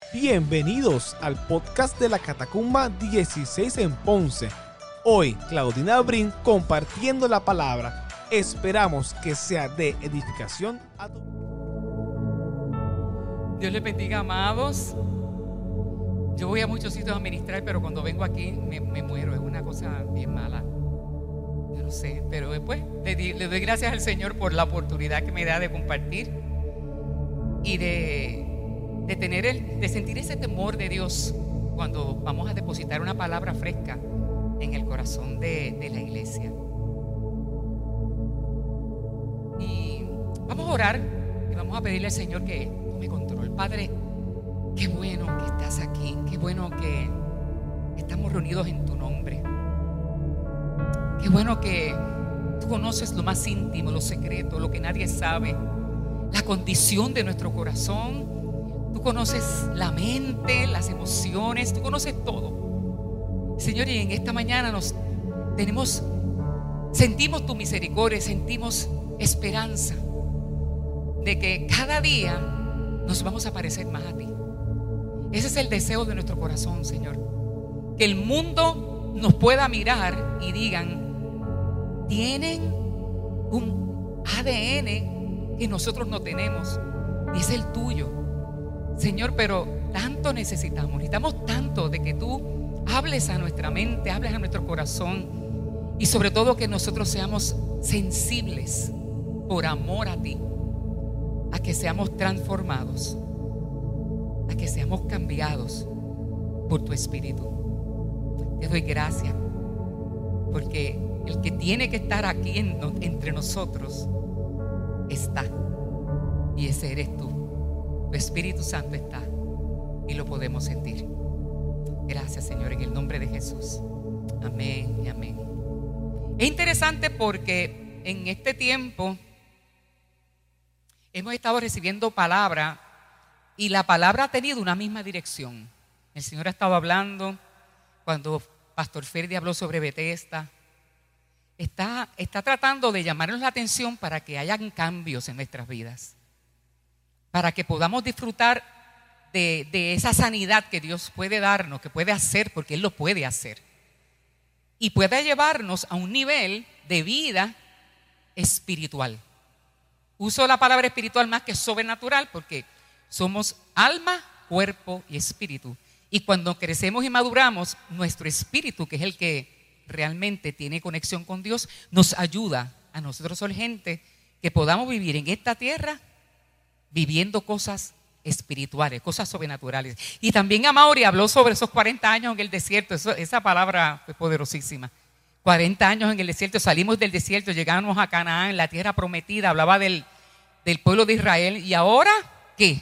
Bienvenidos al podcast de la Catacumba 16 en Ponce. Hoy, Claudina Brin compartiendo la palabra. Esperamos que sea de edificación a tu... Dios les bendiga, amados. Yo voy a muchos sitios a ministrar, pero cuando vengo aquí me muero. Es una cosa bien mala. Yo no sé, pero después le doy gracias al Señor por la oportunidad que me da de compartir y de sentir ese temor de Dios cuando vamos a depositar una palabra fresca en el corazón de la iglesia. Y vamos a orar y vamos a pedirle al Señor que tome control. Padre, qué bueno que estás aquí, qué bueno que estamos reunidos en tu nombre. Qué bueno que tú conoces lo más íntimo, lo secreto, lo que nadie sabe, la condición de nuestro corazón. Tú conoces la mente, las emociones, tú conoces todo. Señor, y en esta mañana sentimos tu misericordia, sentimos esperanza de que cada día nos vamos a parecer más a ti. Ese es el deseo de nuestro corazón, Señor. Que el mundo nos pueda mirar y digan: tienen un ADN que nosotros no tenemos, y es el tuyo. Señor, pero tanto necesitamos tanto de que tú hables a nuestra mente, hables a nuestro corazón, y sobre todo que nosotros seamos sensibles por amor a ti, a que seamos transformados, a que seamos cambiados por tu Espíritu. Te doy gracias porque el que tiene que estar aquí entre nosotros está, y ese eres tú. Tu Espíritu Santo está y lo podemos sentir. Gracias, Señor, en el nombre de Jesús. Amén y amén. Es interesante porque en este tiempo hemos estado recibiendo palabra y la palabra ha tenido una misma dirección. El Señor ha estado hablando cuando Pastor Ferdi habló sobre Bethesda. Está tratando de llamarnos la atención para que hayan cambios en nuestras vidas, para que podamos disfrutar de esa sanidad que Dios puede darnos, que puede hacer, porque Él lo puede hacer, y puede llevarnos a un nivel de vida espiritual. Uso la palabra espiritual más que sobrenatural, porque somos alma, cuerpo y espíritu. Y cuando crecemos y maduramos, nuestro espíritu, que es el que realmente tiene conexión con Dios, nos ayuda a nosotros ser gente que podamos vivir en esta tierra viviendo cosas espirituales, cosas sobrenaturales. Y también Amaury habló sobre esos 40 años en el desierto. Esa palabra fue poderosísima. 40 años en el desierto, salimos del desierto, llegamos a Canaán, la tierra prometida. Hablaba del pueblo de Israel. ¿Y ahora qué?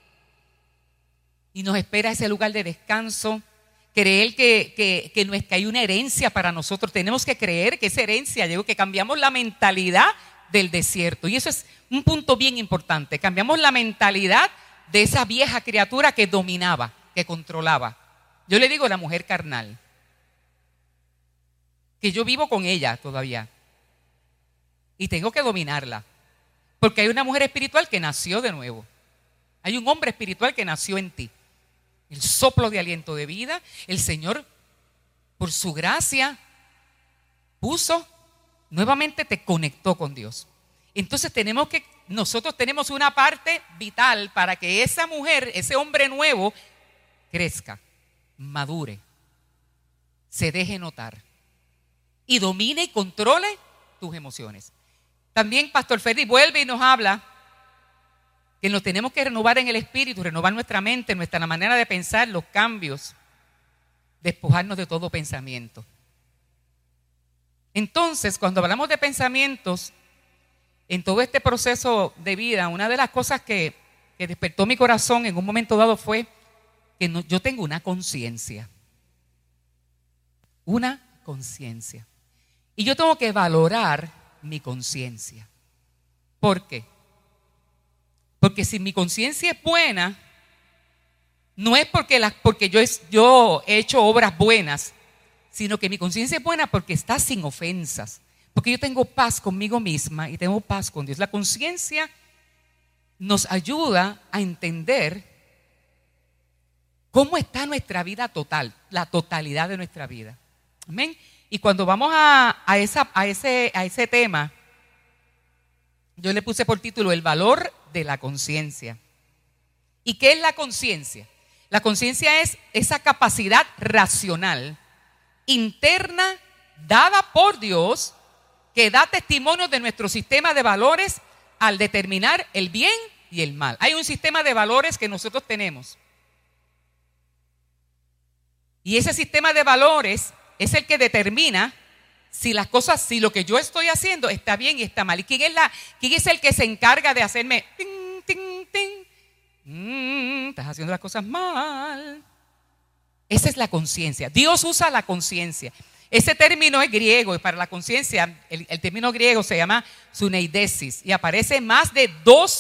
Y nos espera ese lugar de descanso. Creer que hay una herencia para nosotros. Tenemos que creer que esa herencia llegó, que cambiamos la mentalidad del desierto. Y eso es un punto bien importante. Cambiamos la mentalidad de esa vieja criatura que dominaba, que controlaba. Yo le digo la mujer carnal, que yo vivo con ella todavía y tengo que dominarla, porque hay una mujer espiritual que nació de nuevo. Hay un hombre espiritual que nació en ti. El soplo de aliento de vida, el Señor por su gracia nuevamente te conectó con Dios. Entonces nosotros tenemos una parte vital para que esa mujer, ese hombre nuevo, crezca, madure, se deje notar y domine y controle tus emociones. También Pastor Ferdi vuelve y nos habla que nos tenemos que renovar en el espíritu, renovar nuestra mente, nuestra manera de pensar, los cambios, despojarnos de todo pensamiento. Entonces, cuando hablamos de pensamientos, en todo este proceso de vida, una de las cosas que despertó mi corazón en un momento dado fue que yo tengo una conciencia. Una conciencia. Y yo tengo que valorar mi conciencia. ¿Por qué? Porque si mi conciencia es buena, no es porque yo he hecho obras buenas, sino que mi conciencia es buena porque está sin ofensas. Porque yo tengo paz conmigo misma y tengo paz con Dios. La conciencia nos ayuda a entender ¿Cómo está nuestra vida total? La totalidad de nuestra vida. Amén. Y cuando vamos a ese tema, yo le puse por título el valor de la conciencia. ¿Y qué es la conciencia? La conciencia es esa capacidad racional, interna, dada por Dios, que da testimonio de nuestro sistema de valores al determinar el bien y el mal. Hay un sistema de valores que nosotros tenemos. Y ese sistema de valores es el que determina si las cosas, si lo que yo estoy haciendo está bien y está mal. ¿Y quién es el que se encarga de hacerme ting, ting, ting? Estás haciendo las cosas mal. Esa es la conciencia. Dios usa la conciencia. Ese término es griego y para la conciencia, el término griego se llama suneidesis y aparece más de 2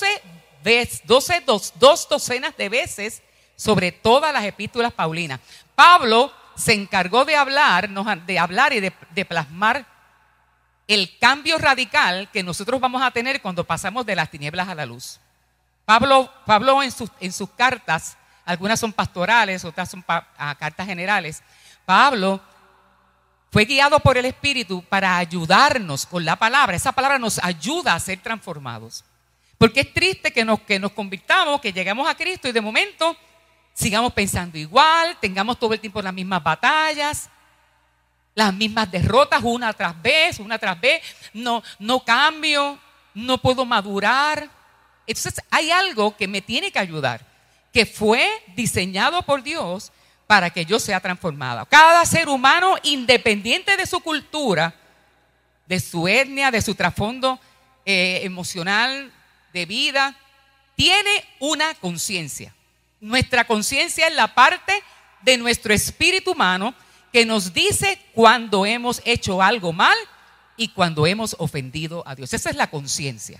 docenas de veces sobre todas las epístolas paulinas. Pablo se encargó de hablar y de plasmar el cambio radical que nosotros vamos a tener cuando pasamos de las tinieblas a la luz. Pablo en sus cartas, algunas son pastorales, otras son cartas generales. Pablo fue guiado por el Espíritu para ayudarnos con la palabra. Esa palabra nos ayuda a ser transformados. Porque es triste que nos convirtamos, que lleguemos a Cristo y de momento sigamos pensando igual, tengamos todo el tiempo las mismas batallas, las mismas derrotas una tras vez, no cambio, no puedo madurar. Entonces hay algo que me tiene que ayudar, que fue diseñado por Dios para que yo sea transformada. Cada ser humano, independiente de su cultura, de su etnia, de su trasfondo emocional, de vida, tiene una conciencia. Nuestra conciencia es la parte de nuestro espíritu humano que nos dice cuando hemos hecho algo mal y cuando hemos ofendido a Dios. Esa es la conciencia.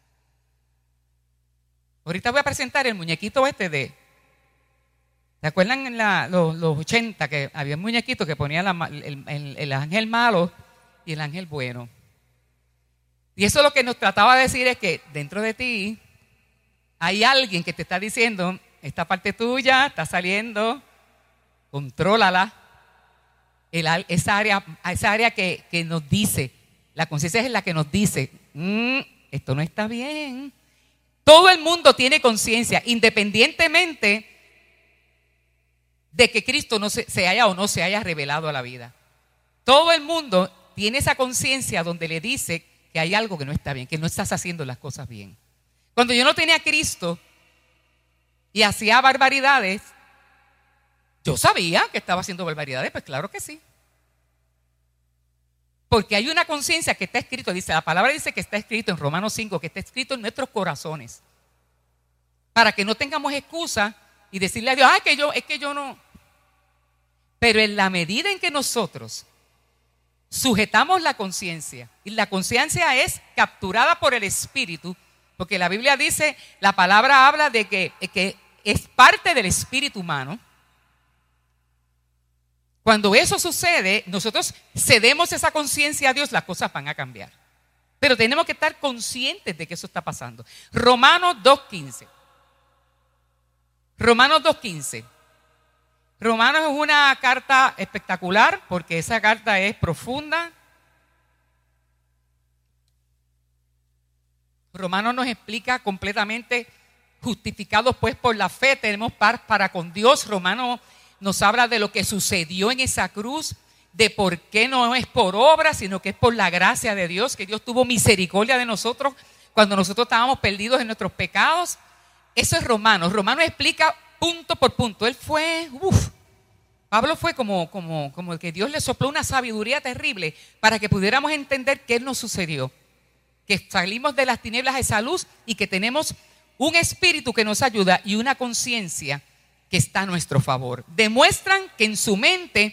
Ahorita voy a presentar el muñequito ¿se acuerdan en los 80 que había un muñequito que ponía el ángel malo y el ángel bueno? Y eso lo que nos trataba de decir es que dentro de ti hay alguien que te está diciendo: esta parte tuya está saliendo, contrólala. Esa área que nos dice, la conciencia es la que nos dice, esto no está bien. Todo el mundo tiene conciencia, independientemente de que Cristo no se haya o no se haya revelado a la vida. Todo el mundo tiene esa conciencia donde le dice que hay algo que no está bien, que no estás haciendo las cosas bien. Cuando yo no tenía a Cristo y hacía barbaridades, yo sabía que estaba haciendo barbaridades, pues claro que sí. Porque hay una conciencia que está escrito, la palabra dice que está escrito en Romanos 5, que está escrito en nuestros corazones. Para que no tengamos excusa y decirle a Dios, es que yo no. Pero en la medida en que nosotros sujetamos la conciencia, y la conciencia es capturada por el Espíritu, porque la Biblia dice, la palabra habla de que es parte del espíritu humano. Cuando eso sucede, nosotros cedemos esa conciencia a Dios, las cosas van a cambiar. Pero tenemos que estar conscientes de que eso está pasando. Romanos 2.15. Romanos 2.15. Romanos es una carta espectacular porque esa carta es profunda. Romanos nos explica completamente, justificados pues por la fe, tenemos paz para con Dios. Romanos nos habla de lo que sucedió en esa cruz, de por qué no es por obra, sino que es por la gracia de Dios, que Dios tuvo misericordia de nosotros cuando nosotros estábamos perdidos en nuestros pecados. Eso es Romanos. Romanos explica punto por punto. Pablo fue como el que Dios le sopló una sabiduría terrible para que pudiéramos entender qué nos sucedió. Que salimos de las tinieblas a esa luz y que tenemos un espíritu que nos ayuda y una conciencia que está a nuestro favor. Demuestran que en su mente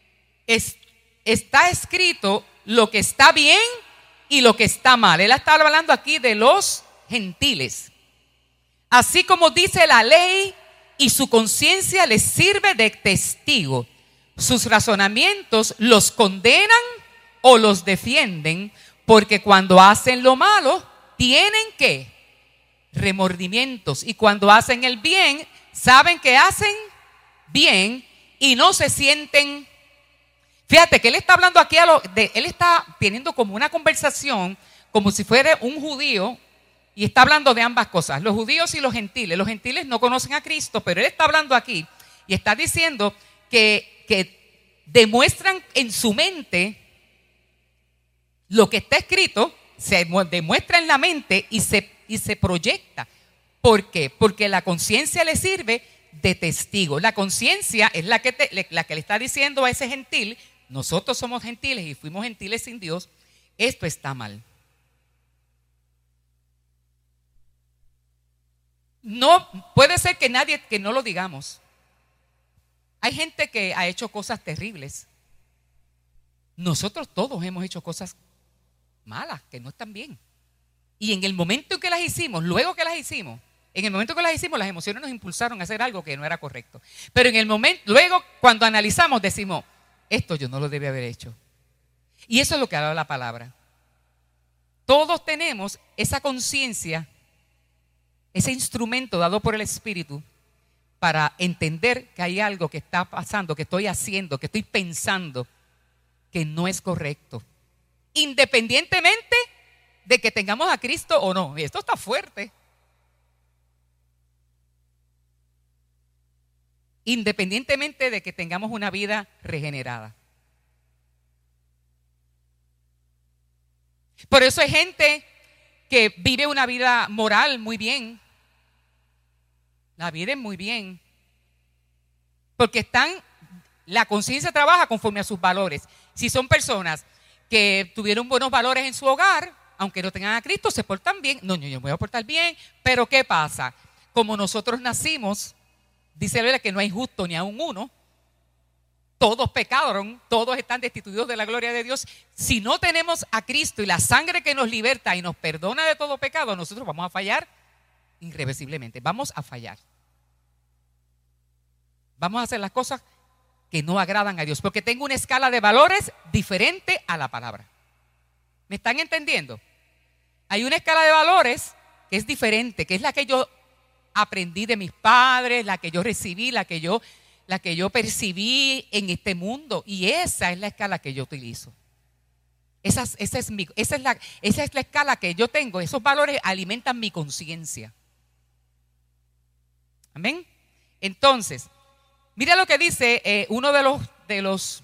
está escrito lo que está bien y lo que está mal. Él está hablando aquí de los gentiles. Así como dice la ley, y su conciencia les sirve de testigo. Sus razonamientos los condenan o los defienden, porque cuando hacen lo malo, tienen ¿qué? Remordimientos. Y cuando hacen el bien, saben que hacen bien y no se sienten. Fíjate que él está hablando aquí, él está teniendo como una conversación como si fuera un judío y está hablando de ambas cosas, los judíos y los gentiles. Los gentiles no conocen a Cristo, pero él está hablando aquí y está diciendo que demuestran en su mente lo que está escrito, se demuestra en la mente y se proyecta. ¿Por qué? Porque la conciencia le sirve de testigo. La conciencia es la que le está diciendo a ese gentil: nosotros somos gentiles y fuimos gentiles sin Dios, esto está mal. No puede ser que no lo digamos. Hay gente que ha hecho cosas terribles. Nosotros todos hemos hecho cosas malas que no están bien. Y en el momento en que las hicimos, luego que las hicimos, las emociones nos impulsaron a hacer algo que no era correcto. Pero en el momento, luego cuando analizamos, decimos: esto yo no lo debía haber hecho. Y eso es lo que habla la palabra. Todos tenemos esa conciencia, ese instrumento dado por el Espíritu para entender que hay algo que está pasando, que estoy haciendo, que estoy pensando que no es correcto, independientemente de que tengamos a Cristo o no. Y esto está fuerte. Independientemente de que tengamos una vida regenerada. Por eso hay gente que vive una vida moral muy bien. La viven muy bien. Porque la conciencia trabaja conforme a sus valores. Si son personas que tuvieron buenos valores en su hogar, aunque no tengan a Cristo, se portan bien. No, yo me voy a portar bien. Pero ¿qué pasa? Como nosotros nacimos, dice la Biblia que no hay justo ni aun uno. Todos pecaron, todos están destituidos de la gloria de Dios. Si no tenemos a Cristo y la sangre que nos liberta y nos perdona de todo pecado, nosotros vamos a fallar irreversiblemente. Vamos a fallar. Vamos a hacer las cosas que no agradan a Dios, porque tengo una escala de valores diferente a la palabra. ¿Me están entendiendo? Hay una escala de valores que es diferente, que es la que yo aprendí de mis padres, la que yo recibí, la que yo percibí en este mundo, y esa es la escala que yo utilizo. Esa es la escala que yo tengo. Esos valores alimentan mi conciencia. Amén. Entonces, mira lo que dice uno de los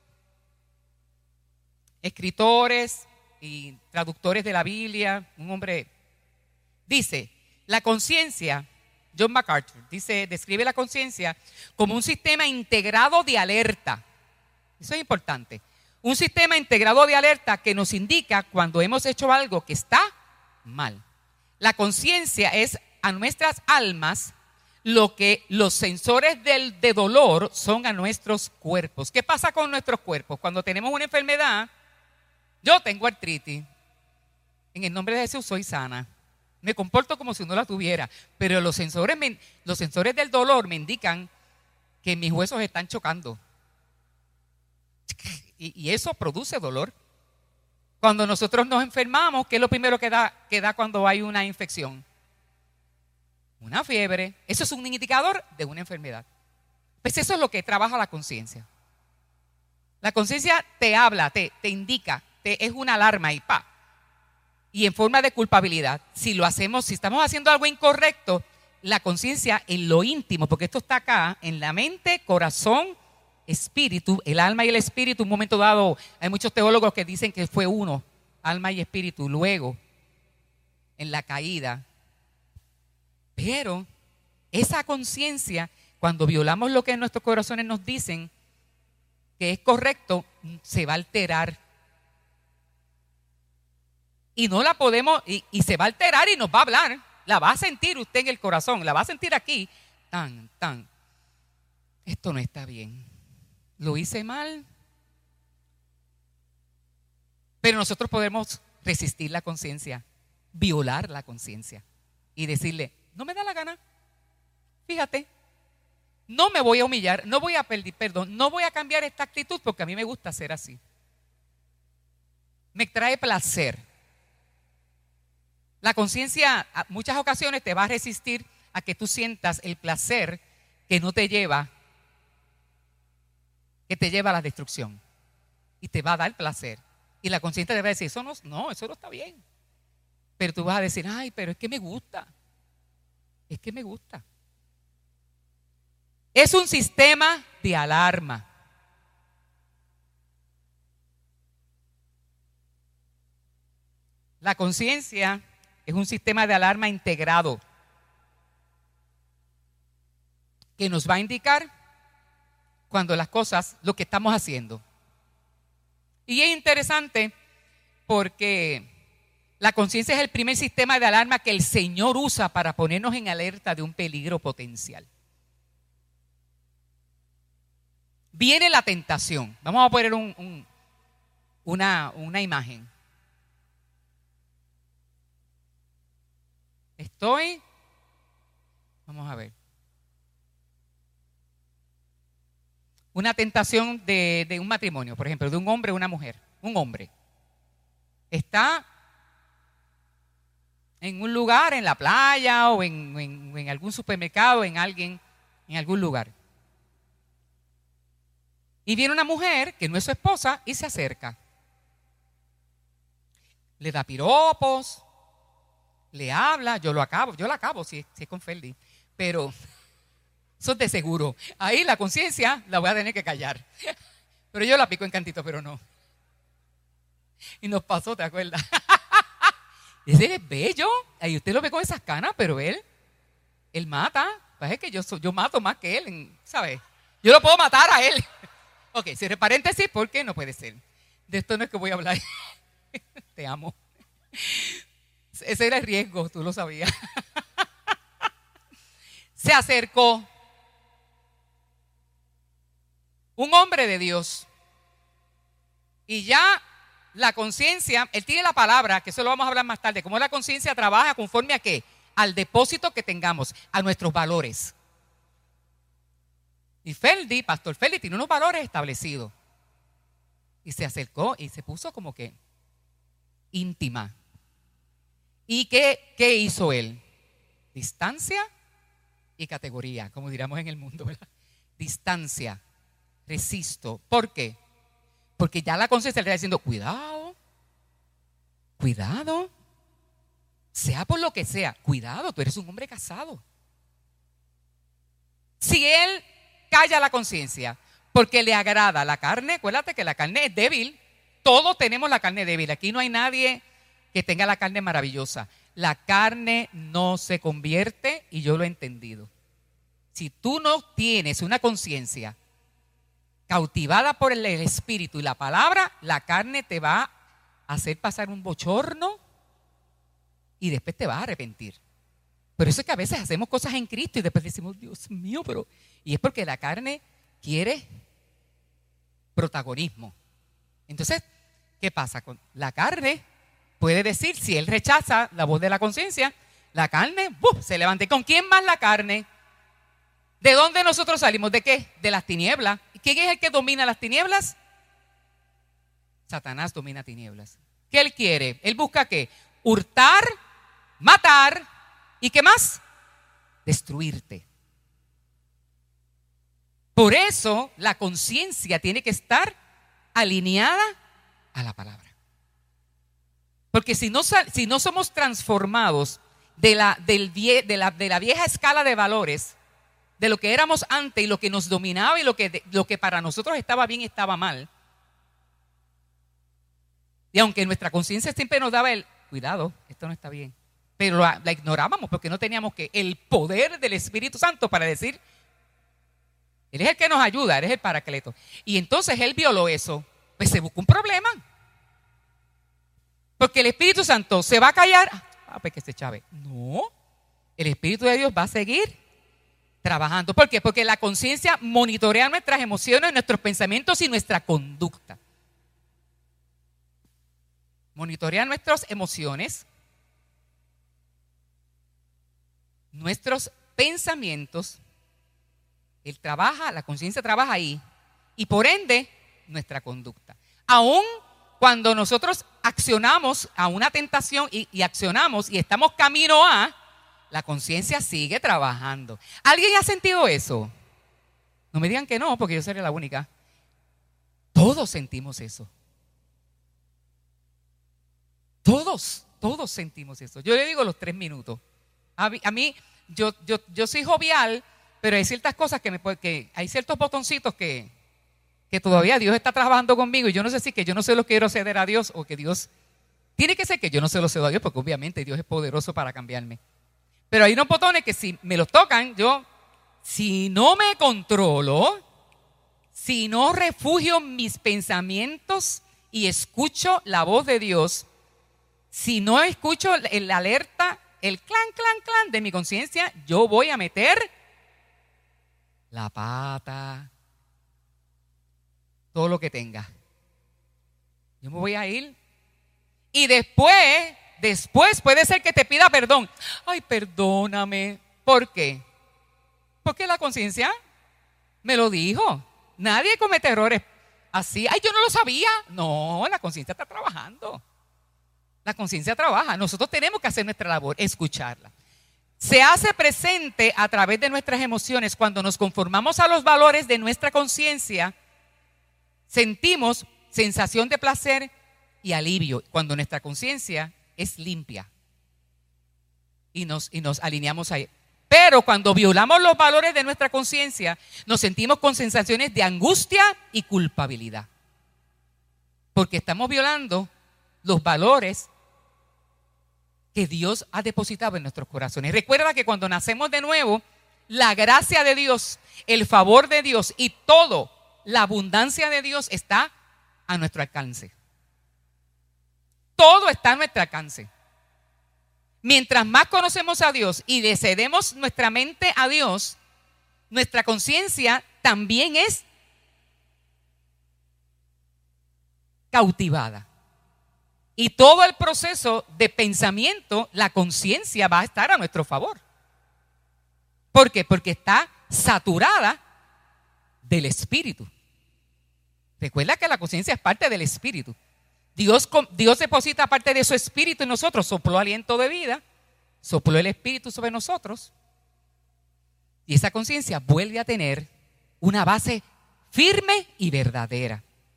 escritores y traductores de la Biblia, un hombre, dice: la conciencia, John MacArthur, describe la conciencia como un sistema integrado de alerta. Eso es importante. Un sistema integrado de alerta que nos indica cuando hemos hecho algo que está mal. La conciencia es a nuestras almas lo que los sensores de dolor son a nuestros cuerpos. ¿Qué pasa con nuestros cuerpos? Cuando tenemos una enfermedad, yo tengo artritis. En el nombre de Jesús soy sana. Me comporto como si no la tuviera, pero los sensores del dolor me indican que mis huesos están chocando. Y eso produce dolor. Cuando nosotros nos enfermamos, ¿qué es lo primero que da cuando hay una infección? Una fiebre. Eso es un indicador de una enfermedad. Pues eso es lo que trabaja la conciencia. La conciencia te habla, te indica, es una alarma y ¡pa! Y en forma de culpabilidad. Si estamos haciendo algo incorrecto, la conciencia en lo íntimo, porque esto está acá, en la mente, corazón, espíritu, el alma y el espíritu. En un momento dado, hay muchos teólogos que dicen que fue uno, alma y espíritu. Luego, en la caída. Pero esa conciencia, cuando violamos lo que nuestros corazones nos dicen que es correcto, se va a alterar. Y no la podemos, y se va a alterar y nos va a hablar. La va a sentir usted en el corazón, la va a sentir aquí. Esto no está bien. Lo hice mal. Pero nosotros podemos resistir la conciencia, violar la conciencia y decirle: no me da la gana. Fíjate, no me voy a humillar, no voy a pedir perdón, no voy a cambiar esta actitud porque a mí me gusta ser así. Me trae placer. La conciencia a muchas ocasiones te va a resistir a que tú sientas el placer que no te lleva que te lleva a la destrucción y te va a dar placer. Y la conciencia te va a decir, eso no está bien. Pero tú vas a decir, ay, pero es que me gusta. Es que me gusta. Es un sistema de alarma. La conciencia es un sistema de alarma integrado que nos va a indicar cuando las cosas, lo que estamos haciendo. Y es interesante porque la conciencia es el primer sistema de alarma que el Señor usa para ponernos en alerta de un peligro potencial. Viene la tentación. Vamos a poner una imagen. Vamos a ver. Una tentación de un matrimonio, por ejemplo, de un hombre o una mujer. Un hombre está en un lugar, en la playa o en algún supermercado, en algún lugar. Y viene una mujer que no es su esposa y se acerca. Le da piropos, le habla, yo la acabo si es con Ferdi, pero eso es de seguro. Ahí la conciencia la voy a tener que callar. Pero yo la pico en cantito, pero no. Y nos pasó, ¿te acuerdas? Ese es bello. Ahí usted lo ve con esas canas, pero él mata. Parece que yo mato más que él, ¿sabes? Yo lo puedo matar a él. Ok, cierre paréntesis, porque no puede ser. De esto no es que voy a hablar. Te amo. Ese era el riesgo, tú lo sabías. Se acercó un hombre de Dios y ya la conciencia, él tiene la palabra, que eso lo vamos a hablar más tarde, cómo la conciencia trabaja conforme a qué, al depósito que tengamos, a nuestros valores. Y Pastor Ferdi tiene unos valores establecidos y se acercó y se puso como que íntima. ¿Y qué hizo él? Distancia y categoría, como diríamos en el mundo, ¿verdad? Distancia, resisto. ¿Por qué? Porque ya la conciencia le está diciendo, cuidado, sea por lo que sea, cuidado, tú eres un hombre casado. Si él calla la conciencia porque le agrada la carne, acuérdate que la carne es débil, todos tenemos la carne débil, aquí no hay nadie que tenga la carne maravillosa. La carne no se convierte, y yo lo he entendido. Si tú no tienes una conciencia cautivada por el Espíritu y la palabra, la carne te va a hacer pasar un bochorno y después te vas a arrepentir. Por eso es que a veces hacemos cosas en Cristo y después decimos, Dios mío, pero... Y es porque la carne quiere protagonismo. Entonces, ¿qué pasa? Con la carne puede decir, si él rechaza la voz de la conciencia, la carne se levanta. ¿Y con quién más la carne? ¿De dónde nosotros salimos? ¿De qué? De las tinieblas. ¿Y quién es el que domina las tinieblas? Satanás domina tinieblas. ¿Qué él quiere? Él busca ¿qué? Hurtar, matar y ¿qué más? Destruirte. Por eso la conciencia tiene que estar alineada a la palabra. Porque si no somos transformados de la vieja escala de valores, de lo que éramos antes y lo que nos dominaba y lo que para nosotros estaba bien y estaba mal, y aunque nuestra conciencia siempre nos daba el cuidado, esto no está bien, pero la ignorábamos porque no teníamos el poder del Espíritu Santo para decir, Él es el que nos ayuda, Él es el Paracleto. Y entonces Él violó eso, pues se buscó un problema. Porque el Espíritu Santo se va a callar, pues que se chave. No, el Espíritu de Dios va a seguir trabajando. ¿Por qué? Porque la conciencia monitorea nuestras emociones, nuestros pensamientos y nuestra conducta. Monitorea nuestras emociones, nuestros pensamientos. Él trabaja, la conciencia trabaja ahí. Y por ende, nuestra conducta. Aún cuando nosotros accionamos a una tentación y accionamos y estamos camino a, la conciencia sigue trabajando. ¿Alguien ha sentido eso? No me digan que no, porque yo sería la única. Todos sentimos eso. Todos sentimos eso. Yo le digo los 3 minutos. A mí yo soy jovial, pero hay ciertas cosas que hay ciertos botoncitos que todavía Dios está trabajando conmigo, y yo no sé si que yo no se lo quiero ceder a Dios, o que Dios, tiene que ser que yo no se lo cedo a Dios, porque obviamente Dios es poderoso para cambiarme. Pero hay unos botones que si me los tocan, si no me controlo, si no refugio mis pensamientos y escucho la voz de Dios, si no escucho el alerta, el clan, clan, clan de mi conciencia, yo voy a meter la pata, todo lo que tenga. Yo me voy a ir. Y después puede ser que te pida perdón. Ay, perdóname. ¿Por qué? Porque la conciencia me lo dijo. Nadie comete errores así. Ay, yo no lo sabía. No, la conciencia está trabajando. La conciencia trabaja. Nosotros tenemos que hacer nuestra labor, escucharla. Se hace presente a través de nuestras emociones. Cuando nos conformamos a los valores de nuestra conciencia, sentimos sensación de placer y alivio cuando nuestra conciencia es limpia y nos alineamos ahí. Pero cuando violamos los valores de nuestra conciencia, nos sentimos con sensaciones de angustia y culpabilidad, porque estamos violando los valores que Dios ha depositado en nuestros corazones. Recuerda que cuando nacemos de nuevo, la gracia de Dios, el favor de Dios y todo, la abundancia de Dios está a nuestro alcance. Todo está a nuestro alcance. Mientras más conocemos a Dios y le cedemos nuestra mente a Dios, nuestra conciencia también es cautivada. Y todo el proceso de pensamiento, la conciencia va a estar a nuestro favor. ¿Por qué? Porque está saturada del Espíritu. Recuerda que la conciencia es parte del Espíritu. Dios deposita parte de su Espíritu en nosotros. Sopló aliento de vida, sopló el Espíritu sobre nosotros, y esa conciencia vuelve a tener una base firme y verdadera.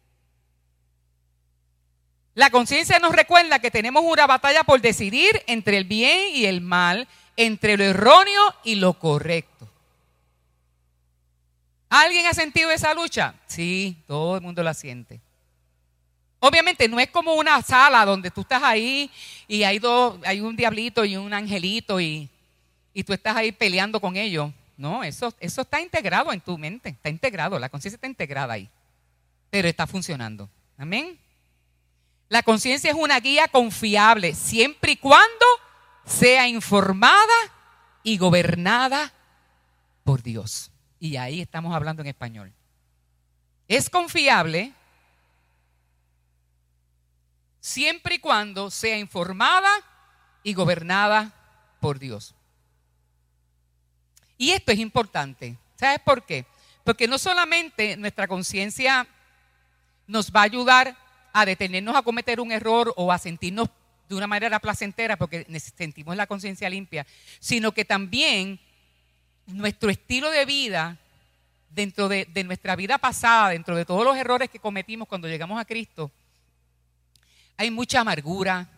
La conciencia nos recuerda que tenemos una batalla por decidir entre el bien y el mal, entre lo erróneo y lo correcto. ¿Alguien ha sentido esa lucha? Sí, todo el mundo la siente. Obviamente no es como una sala donde tú estás ahí y hay un diablito y un angelito y tú estás ahí peleando con ellos. No, eso está integrado en tu mente, está integrado, la conciencia está integrada ahí, pero está funcionando. Amén. La conciencia es una guía confiable siempre y cuando sea informada y gobernada por Dios. Y ahí estamos hablando en español. Es confiable siempre y cuando sea informada y gobernada por Dios. Y esto es importante. ¿Sabes por qué? Porque no solamente nuestra conciencia nos va a ayudar a detenernos a cometer un error o a sentirnos de una manera placentera porque sentimos la conciencia limpia, sino que también nuestro estilo de vida, dentro de nuestra vida pasada, dentro de todos los errores que cometimos cuando llegamos a Cristo, hay mucha amargura,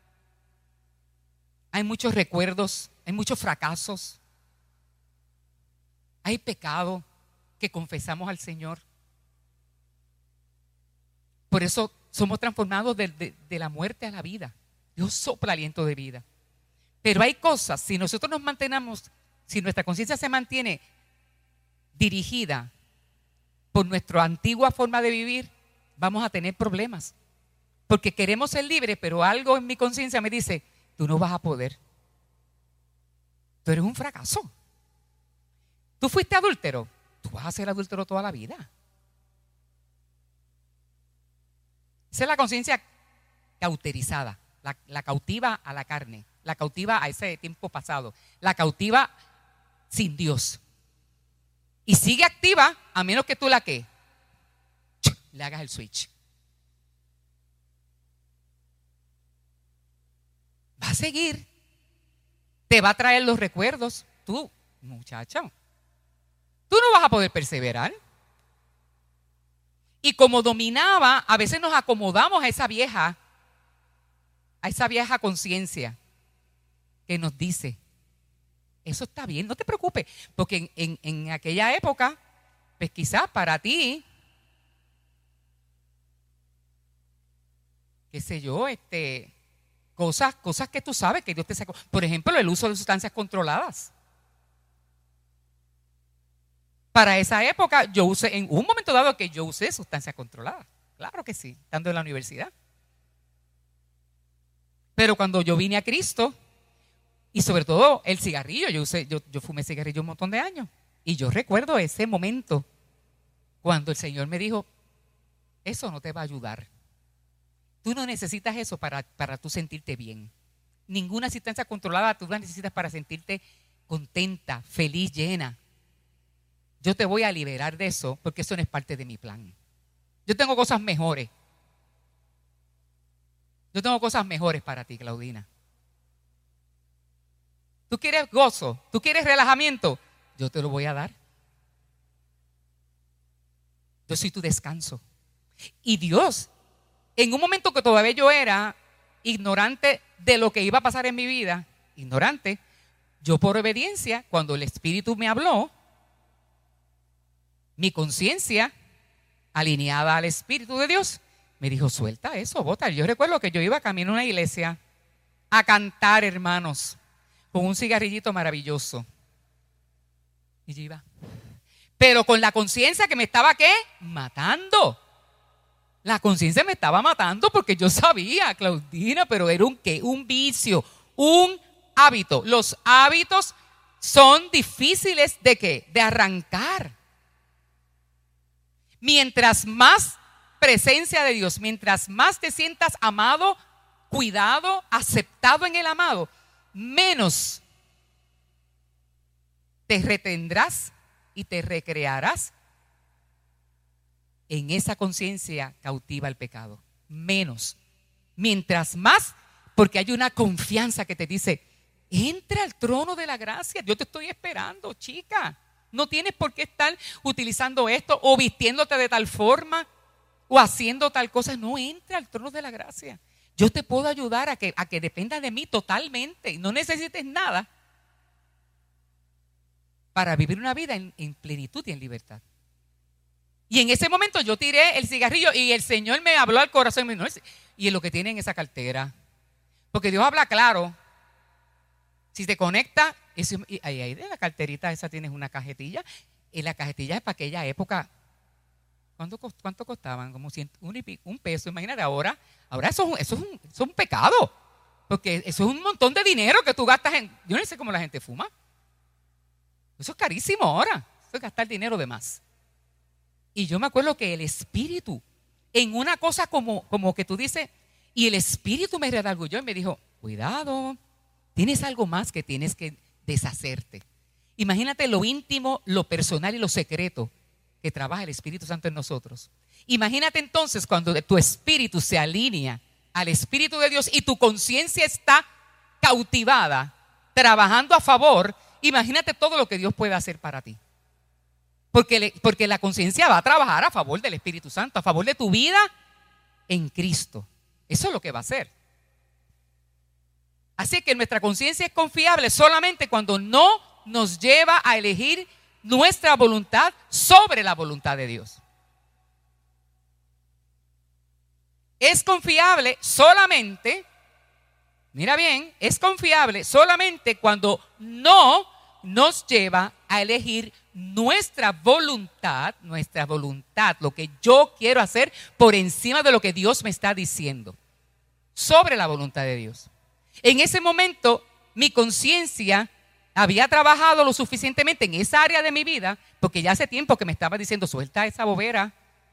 hay muchos recuerdos, hay muchos fracasos, hay pecado que confesamos al Señor. Por eso somos transformados de la muerte a la vida. Dios sopla aliento de vida. Pero hay cosas, si nosotros nos mantenemos, si nuestra conciencia se mantiene dirigida por nuestra antigua forma de vivir, vamos a tener problemas. Porque queremos ser libres, pero algo en mi conciencia me dice, tú no vas a poder. Tú eres un fracaso. Tú fuiste adúltero, tú vas a ser adúltero toda la vida. Esa es la conciencia cauterizada, la cautiva a la carne, la cautiva a ese tiempo pasado, la cautiva sin Dios. Y sigue activa a menos que tú le hagas el switch. Va a seguir, te va a traer los recuerdos. Tú, muchacho, tú no vas a poder perseverar. Y como dominaba, a veces nos acomodamos a esa vieja conciencia que nos dice, eso está bien, no te preocupes, porque en aquella época, pues quizás para ti, qué sé yo, cosas que tú sabes que Dios te sacó. Por ejemplo, el uso de sustancias controladas. Para esa época, en un momento dado que yo usé sustancias controladas. Claro que sí, estando en la universidad. Pero cuando yo vine a Cristo, y sobre todo el cigarrillo, yo fumé cigarrillo un montón de años. Y yo recuerdo ese momento cuando el Señor me dijo, eso no te va a ayudar. Tú no necesitas eso para tú sentirte bien. Ninguna sustancia controlada tú la necesitas para sentirte contenta, feliz, llena. Yo te voy a liberar de eso porque eso no es parte de mi plan. Yo tengo cosas mejores. Yo tengo cosas mejores para ti, Claudina. ¿Tú quieres gozo? ¿Tú quieres relajamiento? Yo te lo voy a dar. Yo soy tu descanso. Y Dios, en un momento que todavía yo era ignorante de lo que iba a pasar en mi vida, ignorante, yo por obediencia, cuando el Espíritu me habló, mi conciencia, alineada al Espíritu de Dios, me dijo, suelta eso, bota. Yo recuerdo que yo iba camino a una iglesia a cantar, hermanos, con un cigarrillito maravilloso. Y yo iba. Pero con la conciencia que me estaba, ¿qué? Matando. La conciencia me estaba matando porque yo sabía, Claudina, pero era un vicio, un hábito. Los hábitos son difíciles ¿de qué? De arrancar. Mientras más presencia de Dios, mientras más te sientas amado, cuidado, aceptado en el amado, menos te retendrás y te recrearás en esa conciencia cautiva al pecado. Menos. Mientras más, porque hay una confianza que te dice, entra al trono de la gracia, yo te estoy esperando, chica. No tienes por qué estar utilizando esto o vistiéndote de tal forma o haciendo tal cosa. No, entra al trono de la gracia. Yo te puedo ayudar a que dependa de mí totalmente. No necesites nada para vivir una vida en plenitud y en libertad. Y en ese momento yo tiré el cigarrillo y el Señor me habló al corazón y me dijo, y es lo que tiene en esa cartera. Porque Dios habla claro. Si te conecta, ahí de la carterita esa tienes una cajetilla. Y la cajetilla es para aquella época. ¿Cuánto costaban? Como un peso. Imagínate, ahora eso es un pecado. Porque eso es un montón de dinero que tú gastas en. Yo no sé cómo la gente fuma. Eso es carísimo ahora. Eso es gastar dinero de más. Y yo me acuerdo que el Espíritu, en una cosa como que tú dices, y el Espíritu me redarguyó y me dijo, cuidado. Tienes algo más que tienes que deshacerte. Imagínate lo íntimo, lo personal y lo secreto que trabaja el Espíritu Santo en nosotros. Imagínate entonces cuando tu espíritu se alinea al Espíritu de Dios y tu conciencia está cautivada, trabajando a favor. Imagínate todo lo que Dios puede hacer para ti. Porque la conciencia va a trabajar a favor del Espíritu Santo, a favor de tu vida en Cristo. Eso es lo que va a hacer. Así que nuestra conciencia es confiable solamente cuando no nos lleva a elegir nuestra voluntad sobre la voluntad de Dios. Es confiable solamente, mira bien, es confiable solamente cuando no nos lleva a elegir nuestra voluntad, lo que yo quiero hacer por encima de lo que Dios me está diciendo, sobre la voluntad de Dios. En ese momento, mi conciencia había trabajado lo suficientemente en esa área de mi vida, porque ya hace tiempo que me estaba diciendo, suelta esa bobera.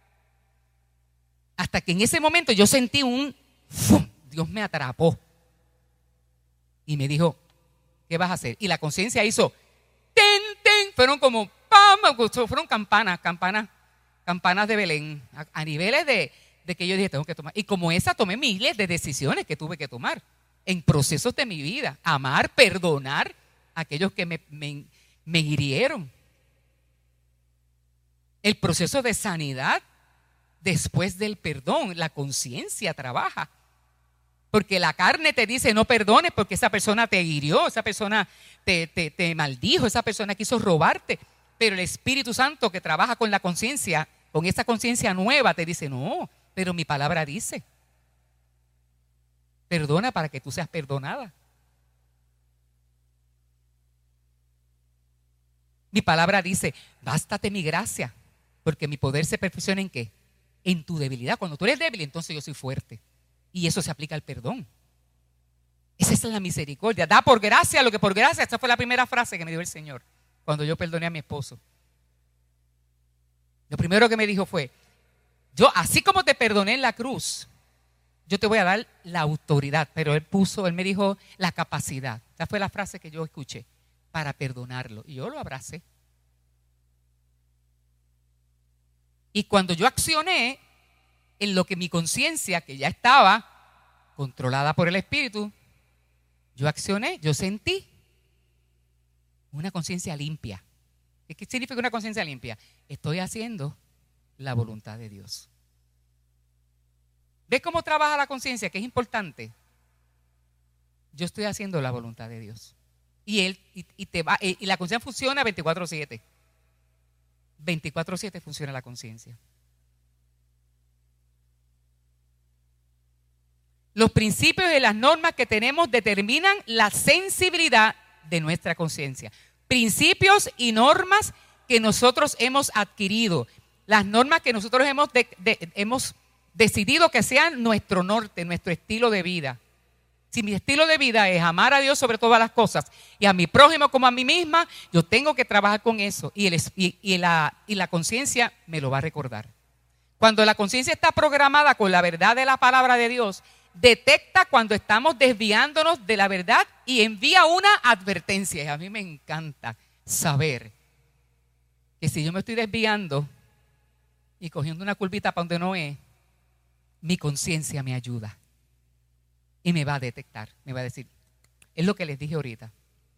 Hasta que en ese momento yo sentí Dios me atrapó. Y me dijo, ¿qué vas a hacer? Y la conciencia hizo, ten, ten. Fueron como, fueron campanas de Belén, a niveles de que yo dije, tengo que tomar. Y como esa, tomé miles de decisiones que tuve que tomar en procesos de mi vida. Amar, perdonar a aquellos que me hirieron. El proceso de sanidad después del perdón, la conciencia trabaja. Porque la carne te dice no perdones porque esa persona te hirió, esa persona te maldijo, esa persona quiso robarte. Pero el Espíritu Santo que trabaja con la conciencia, con esa conciencia nueva, te dice no, pero mi palabra dice, perdona para que tú seas perdonada. Mi palabra dice, bástate mi gracia, porque mi poder se perfecciona ¿en qué? En tu debilidad. Cuando tú eres débil, entonces yo soy fuerte. Y eso se aplica al perdón. Esa es la misericordia. Da por gracia lo que por gracia. Esta fue la primera frase que me dio el Señor cuando yo perdoné a mi esposo. Lo primero que me dijo fue, yo así como te perdoné en la cruz, yo te voy a dar la autoridad. Pero él me dijo la capacidad. Esta fue la frase que yo escuché para perdonarlo. Y yo lo abracé. Y cuando yo accioné en lo que mi conciencia, que ya estaba controlada por el Espíritu, yo accioné, yo sentí una conciencia limpia. ¿Qué significa una conciencia limpia? Estoy haciendo la voluntad de Dios. ¿Ves cómo trabaja la conciencia? Que es importante. Yo estoy haciendo la voluntad de Dios. Y la conciencia funciona 24/7. 24/7 funciona la conciencia. Los principios y las normas que tenemos determinan la sensibilidad de nuestra conciencia. Principios y normas que nosotros hemos adquirido. Las normas que nosotros hemos decidido que sean nuestro norte, nuestro estilo de vida. Si mi estilo de vida es amar a Dios sobre todas las cosas y a mi prójimo como a mí misma, yo tengo que trabajar con eso y la conciencia me lo va a recordar. Cuando la conciencia está programada con la verdad de la palabra de Dios, detecta cuando estamos desviándonos de la verdad y envía una advertencia. Y a mí me encanta saber que si yo me estoy desviando y cogiendo una curvita para donde no es, mi conciencia me ayuda y me va a detectar, me va a decir, es lo que les dije ahorita.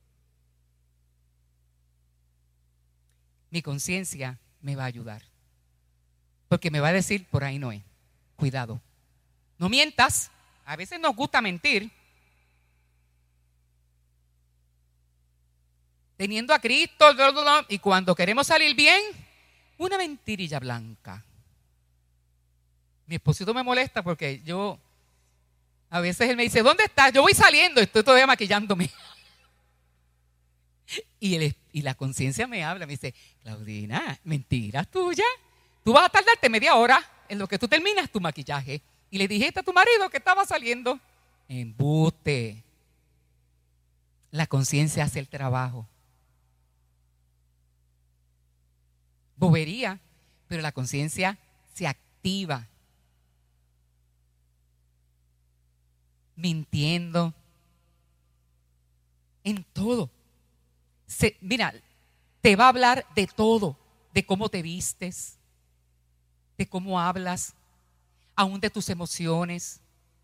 Mi conciencia me va a ayudar porque me va a decir, por ahí no es, cuidado, no mientas. A veces nos gusta mentir. Teniendo a Cristo, y cuando queremos salir bien, una mentirilla blanca. Mi esposito me molesta porque a veces él me dice, ¿dónde estás? Yo voy saliendo, estoy todavía maquillándome. Y la conciencia me habla, me dice, Claudina, mentiras tuyas. Tú vas a tardarte media hora en lo que tú terminas tu maquillaje. Y le dijiste a tu marido que estaba saliendo. Embuste. La conciencia hace el trabajo. Bobería, pero la conciencia se activa. Mintiendo. En todo. Mira, te va a hablar de todo. De cómo te vistes. De cómo hablas. Aún de tus emociones,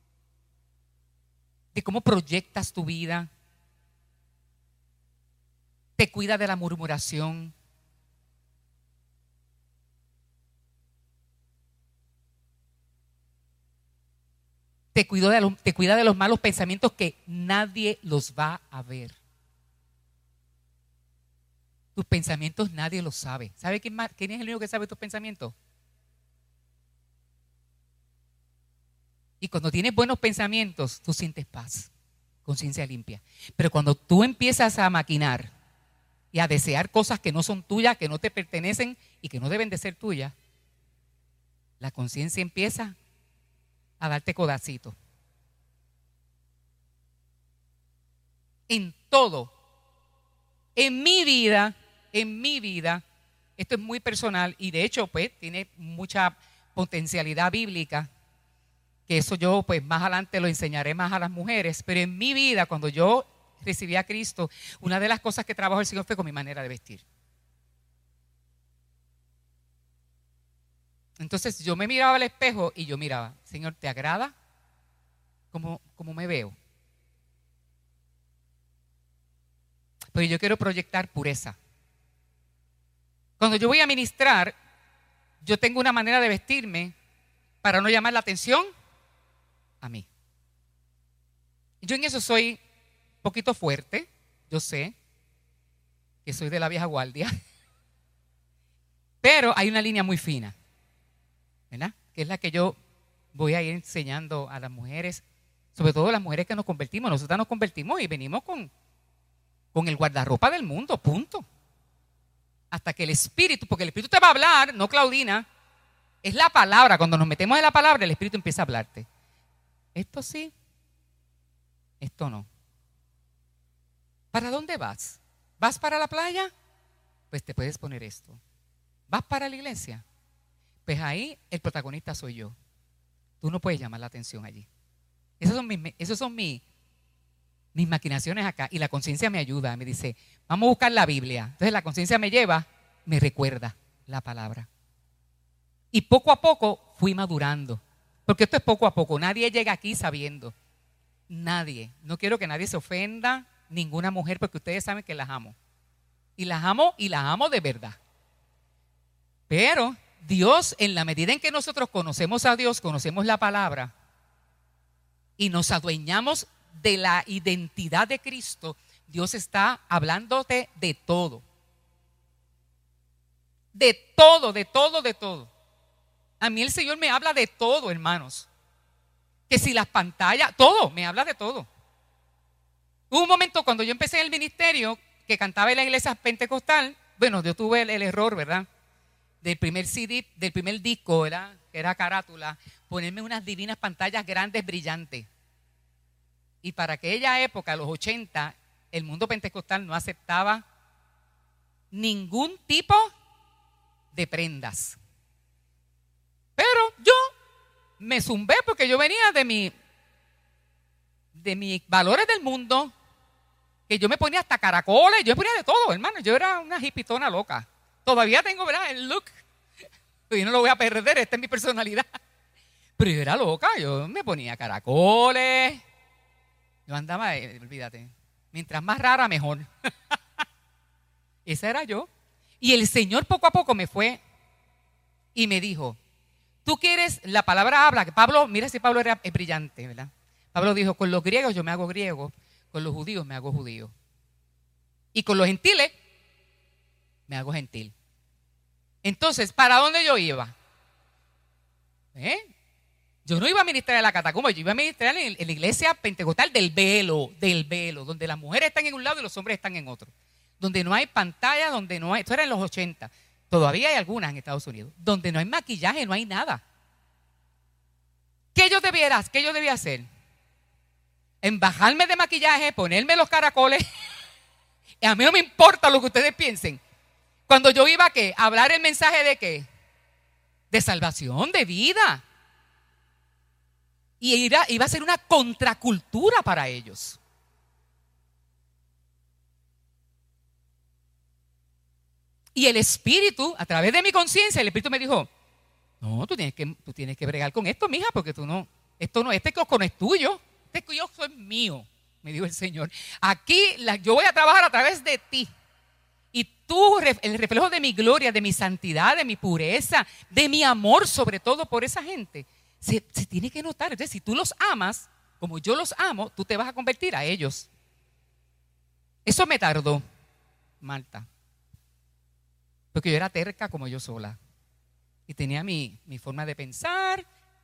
de cómo proyectas tu vida, te cuida de la murmuración, te cuida de los malos pensamientos que nadie los va a ver. Tus pensamientos nadie los sabe. ¿Sabe quién es el único que sabe tus pensamientos? Y cuando tienes buenos pensamientos, tú sientes paz, conciencia limpia. Pero cuando tú empiezas a maquinar y a desear cosas que no son tuyas, que no te pertenecen y que no deben de ser tuyas, la conciencia empieza a darte codacito. En todo, en mi vida, esto es muy personal y de hecho pues tiene mucha potencialidad bíblica, que eso yo pues más adelante lo enseñaré más a las mujeres, pero en mi vida cuando yo recibí a Cristo, una de las cosas que trabajó el Señor fue con mi manera de vestir. Entonces yo me miraba al espejo y yo miraba, Señor, ¿te agrada cómo me veo? Pero yo quiero proyectar pureza. Cuando yo voy a ministrar, yo tengo una manera de vestirme para no llamar la atención a mí. Yo en eso soy un poquito fuerte, yo sé que soy de la vieja guardia, pero hay una línea muy fina, ¿verdad? Que es la que yo voy a ir enseñando a las mujeres, sobre todo las mujeres que nos convertimos. Nosotras nos convertimos y venimos con el guardarropa del mundo, punto. Hasta que el Espíritu, porque el Espíritu te va a hablar, no Claudina, es la palabra. Cuando nos metemos en la palabra, el Espíritu empieza a hablarte. Esto sí, esto no. ¿Para dónde vas? ¿Vas para la playa? Pues te puedes poner esto. ¿Vas para la iglesia? Pues ahí el protagonista soy yo. Tú no puedes llamar la atención allí. Esos son mis maquinaciones acá. Y la conciencia me ayuda, me dice, vamos a buscar la Biblia. Entonces la conciencia me lleva, me recuerda la palabra. Y poco a poco fui madurando. Porque esto es poco a poco. Nadie llega aquí sabiendo. Nadie. No quiero que nadie se ofenda, ninguna mujer, porque ustedes saben que las amo. Y las amo de verdad. Pero Dios, en la medida en que nosotros conocemos a Dios, conocemos la palabra y nos adueñamos de la identidad de Cristo, Dios está hablándote de todo. De todo, de todo, de todo. A mí el Señor me habla de todo, hermanos. Que si las pantallas, todo, me habla de todo. Hubo un momento cuando yo empecé en el ministerio, que cantaba en la iglesia pentecostal. Bueno, yo tuve el error, ¿verdad? Del primer CD, del primer disco, ¿verdad? Que era carátula, ponerme unas divinas pantallas grandes, brillantes. Y para aquella época, los 80, el mundo pentecostal no aceptaba ningún tipo de prendas. Pero yo me zumbé porque yo venía de mis valores del mundo, que yo me ponía hasta caracoles, yo me ponía de todo, hermano. Yo era una hipitona loca. Todavía tengo, ¿verdad?, el look. Yo no lo voy a perder, esta es mi personalidad. Pero yo era loca, yo me ponía caracoles. Yo andaba, olvídate, mientras más rara, mejor. Esa era yo. Y el Señor poco a poco me fue y me dijo, tú quieres, la palabra habla, que Pablo, mira si Pablo es brillante, ¿verdad? Pablo dijo, con los griegos yo me hago griego, con los judíos me hago judío. Y con los gentiles me hago gentil. Entonces, ¿para dónde yo iba? Yo no iba a ministrar en la catacumba, yo iba a ministrar en la iglesia pentecostal del velo, donde las mujeres están en un lado y los hombres están en otro. Donde no hay pantalla, donde no hay, esto era en los 80, todavía hay algunas en Estados Unidos, donde no hay maquillaje, no hay nada. ¿Qué yo debía hacer? En bajarme de maquillaje, ponerme los caracoles. Y a mí no me importa lo que ustedes piensen. Cuando yo iba a hablar el mensaje de ¿qué? De salvación, de vida. Y iba a ser una contracultura para ellos. Y el Espíritu, a través de mi conciencia, el Espíritu me dijo, no, tú tienes que bregar con esto, mija, porque este kiosco no es tuyo, este kiosco es mío, me dijo el Señor. Aquí yo voy a trabajar a través de ti. Y tú, el reflejo de mi gloria, de mi santidad, de mi pureza, de mi amor sobre todo por esa gente, se tiene que notar. Entonces, si tú los amas, como yo los amo, tú te vas a convertir a ellos. Eso me tardó, Marta. Porque yo era terca como yo sola. Y tenía mi forma de pensar.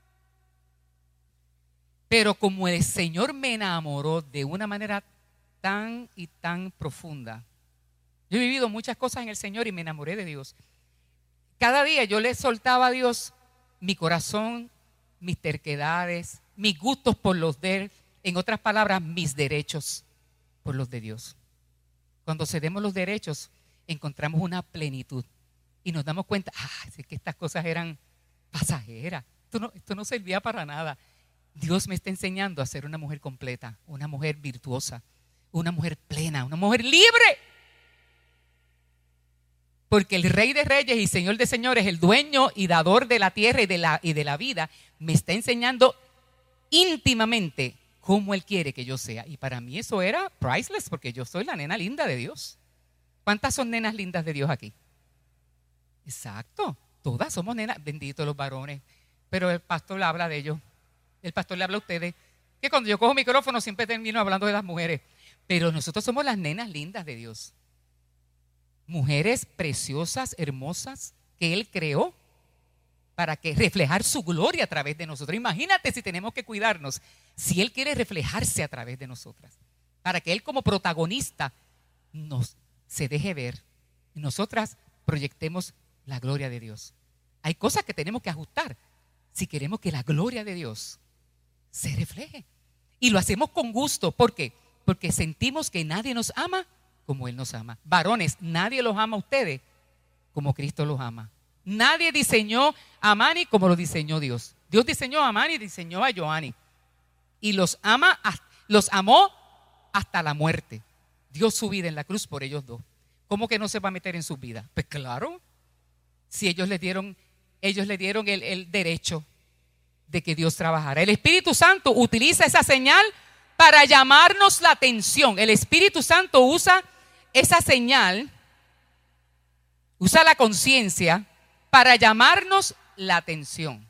Pero como el Señor me enamoró de una manera tan y tan profunda. Yo he vivido muchas cosas en el Señor y me enamoré de Dios. Cada día yo le soltaba a Dios mi corazón, mis terquedades, mis gustos por los de Él. En otras palabras, mis derechos por los de Dios. Cuando cedemos los derechos, encontramos una plenitud. Y nos damos cuenta, es que estas cosas eran pasajeras. Esto no servía para nada. Dios me está enseñando a ser una mujer completa, una mujer virtuosa, una mujer plena, una mujer libre. Porque el Rey de Reyes y Señor de Señores, el dueño y dador de la tierra y de la vida, me está enseñando íntimamente cómo Él quiere que yo sea. Y para mí eso era priceless, porque yo soy la nena linda de Dios. ¿Cuántas son nenas lindas de Dios aquí? Exacto, todas somos nenas, benditos los varones pero el pastor le habla de ellos. El pastor le habla a ustedes. Que cuando yo cojo micrófono siempre termino hablando de las mujeres. Pero nosotros somos las nenas lindas de Dios. Mujeres preciosas, hermosas, que Él creó para que reflejar su gloria a través de nosotros. Imagínate si tenemos que cuidarnos, si Él quiere reflejarse a través de nosotras, para que Él como protagonista se deje ver y nosotras proyectemos la gloria de Dios. Hay cosas que tenemos que ajustar si queremos que la gloria de Dios se refleje. Y lo hacemos con gusto. ¿Por qué? Porque sentimos que nadie nos ama como Él nos ama. Varones, nadie los ama a ustedes como Cristo los ama. Nadie diseñó a Manny como lo diseñó Dios. Dios diseñó a Manny y diseñó a Joanny. Y los amó hasta la muerte. Dio su vida en la cruz por ellos dos. ¿Cómo que no se va a meter en sus vidas? Pues claro, si ellos le dieron el derecho de que Dios trabajara. El Espíritu Santo utiliza esa señal para llamarnos la atención. El Espíritu Santo usa esa señal, usa la conciencia para llamarnos la atención.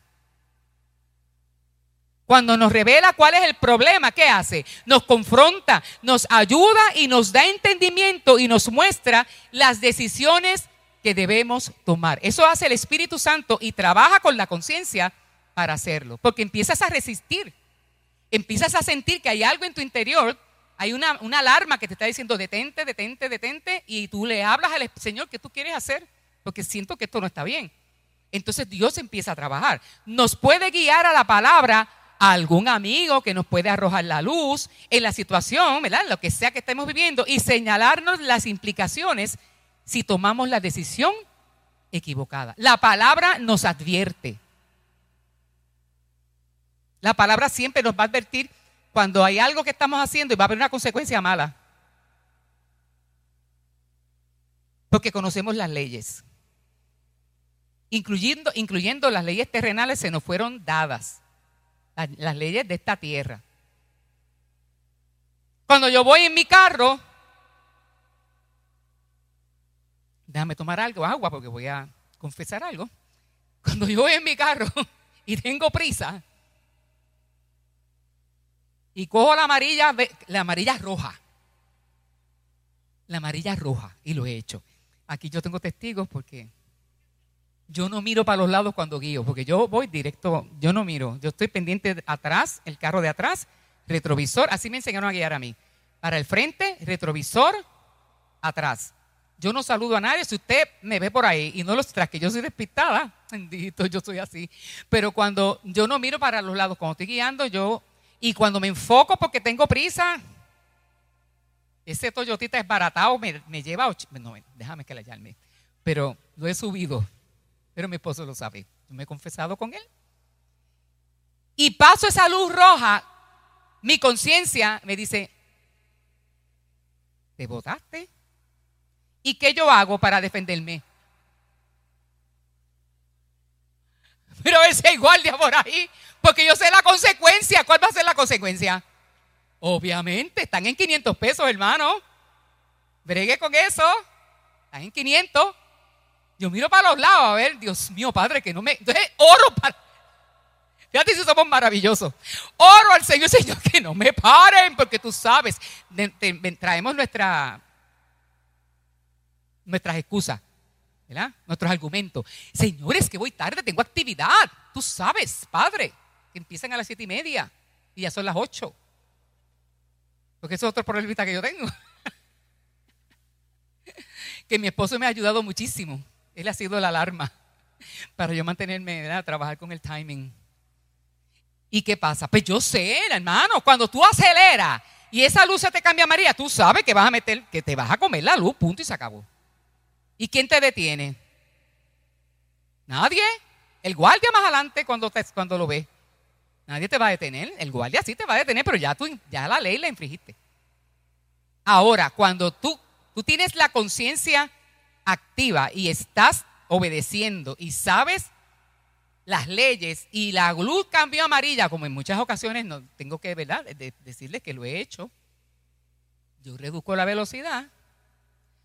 Cuando nos revela cuál es el problema, ¿qué hace? Nos confronta, nos ayuda y nos da entendimiento y nos muestra las decisiones que debemos tomar. Eso hace el Espíritu Santo y trabaja con la conciencia para hacerlo. Porque empiezas a resistir, empiezas a sentir que hay algo en tu interior, hay una alarma que te está diciendo detente, detente, detente, y tú le hablas al Señor, ¿qué tú quieres hacer? Porque siento que esto no está bien. Entonces Dios empieza a trabajar. Nos puede guiar a la palabra a algún amigo que nos puede arrojar la luz en la situación, ¿verdad? Lo que sea que estemos viviendo y señalarnos las implicaciones si tomamos la decisión equivocada. La palabra nos advierte. La palabra siempre nos va a advertir cuando hay algo que estamos haciendo y va a haber una consecuencia mala. Porque conocemos las leyes. Incluyendo las leyes terrenales, se nos fueron dadas. Las leyes de esta tierra. Cuando yo voy en mi carro, déjame tomar agua porque voy a confesar algo. Cuando yo voy en mi carro y tengo prisa y cojo la amarilla roja, y lo he hecho. Aquí yo tengo testigos porque yo no miro para los lados cuando guío, porque yo voy directo, yo no miro, yo estoy pendiente de atrás, el carro de atrás, retrovisor, así me enseñaron a guiar a mí. Para el frente, retrovisor, atrás. Yo no saludo a nadie, si usted me ve por ahí y no los trae, que yo soy despistada, bendito, yo soy así. Pero cuando yo no miro para los lados, cuando estoy guiando, y cuando me enfoco porque tengo prisa, ese Toyotita esbaratado me lleva no, déjame que la llame, pero lo he subido. Pero mi esposo lo sabe. Yo me he confesado con él. Y paso esa luz roja. Mi conciencia me dice, ¿te botaste? ¿Y qué yo hago para defenderme? Pero ese hay guardia por ahí. Porque yo sé la consecuencia. ¿Cuál va a ser la consecuencia? Obviamente, están en 500 pesos, hermano. Bregue con eso. Están en 500. Yo miro para los lados, a ver, Dios mío, Padre, que no me... Entonces, oro para... Fíjate si somos maravillosos. Oro al Señor, Señor, que no me paren, porque tú sabes, traemos nuestras excusas, ¿verdad? Nuestros argumentos. Señores, que voy tarde, tengo actividad. Tú sabes, Padre, que empiezan a las 7:30 y ya son las 8. Porque eso es otro problemita que yo tengo. Que mi esposo me ha ayudado muchísimo. Él ha sido la alarma para yo mantenerme, ¿verdad? A trabajar con el timing. ¿Y qué pasa? Pues yo sé, hermano, cuando tú aceleras y esa luz se te cambia amarilla, tú sabes que que te vas a comer la luz, punto y se acabó. ¿Y quién te detiene? Nadie. El guardia más adelante cuando lo ve. Nadie te va a detener. El guardia sí te va a detener, pero ya la ley la infringiste. Ahora, cuando tú tienes la conciencia activa y estás obedeciendo y sabes las leyes y la luz cambió amarilla, como en muchas ocasiones no tengo que, ¿verdad?, decirles que lo he hecho. Yo reduzco la velocidad,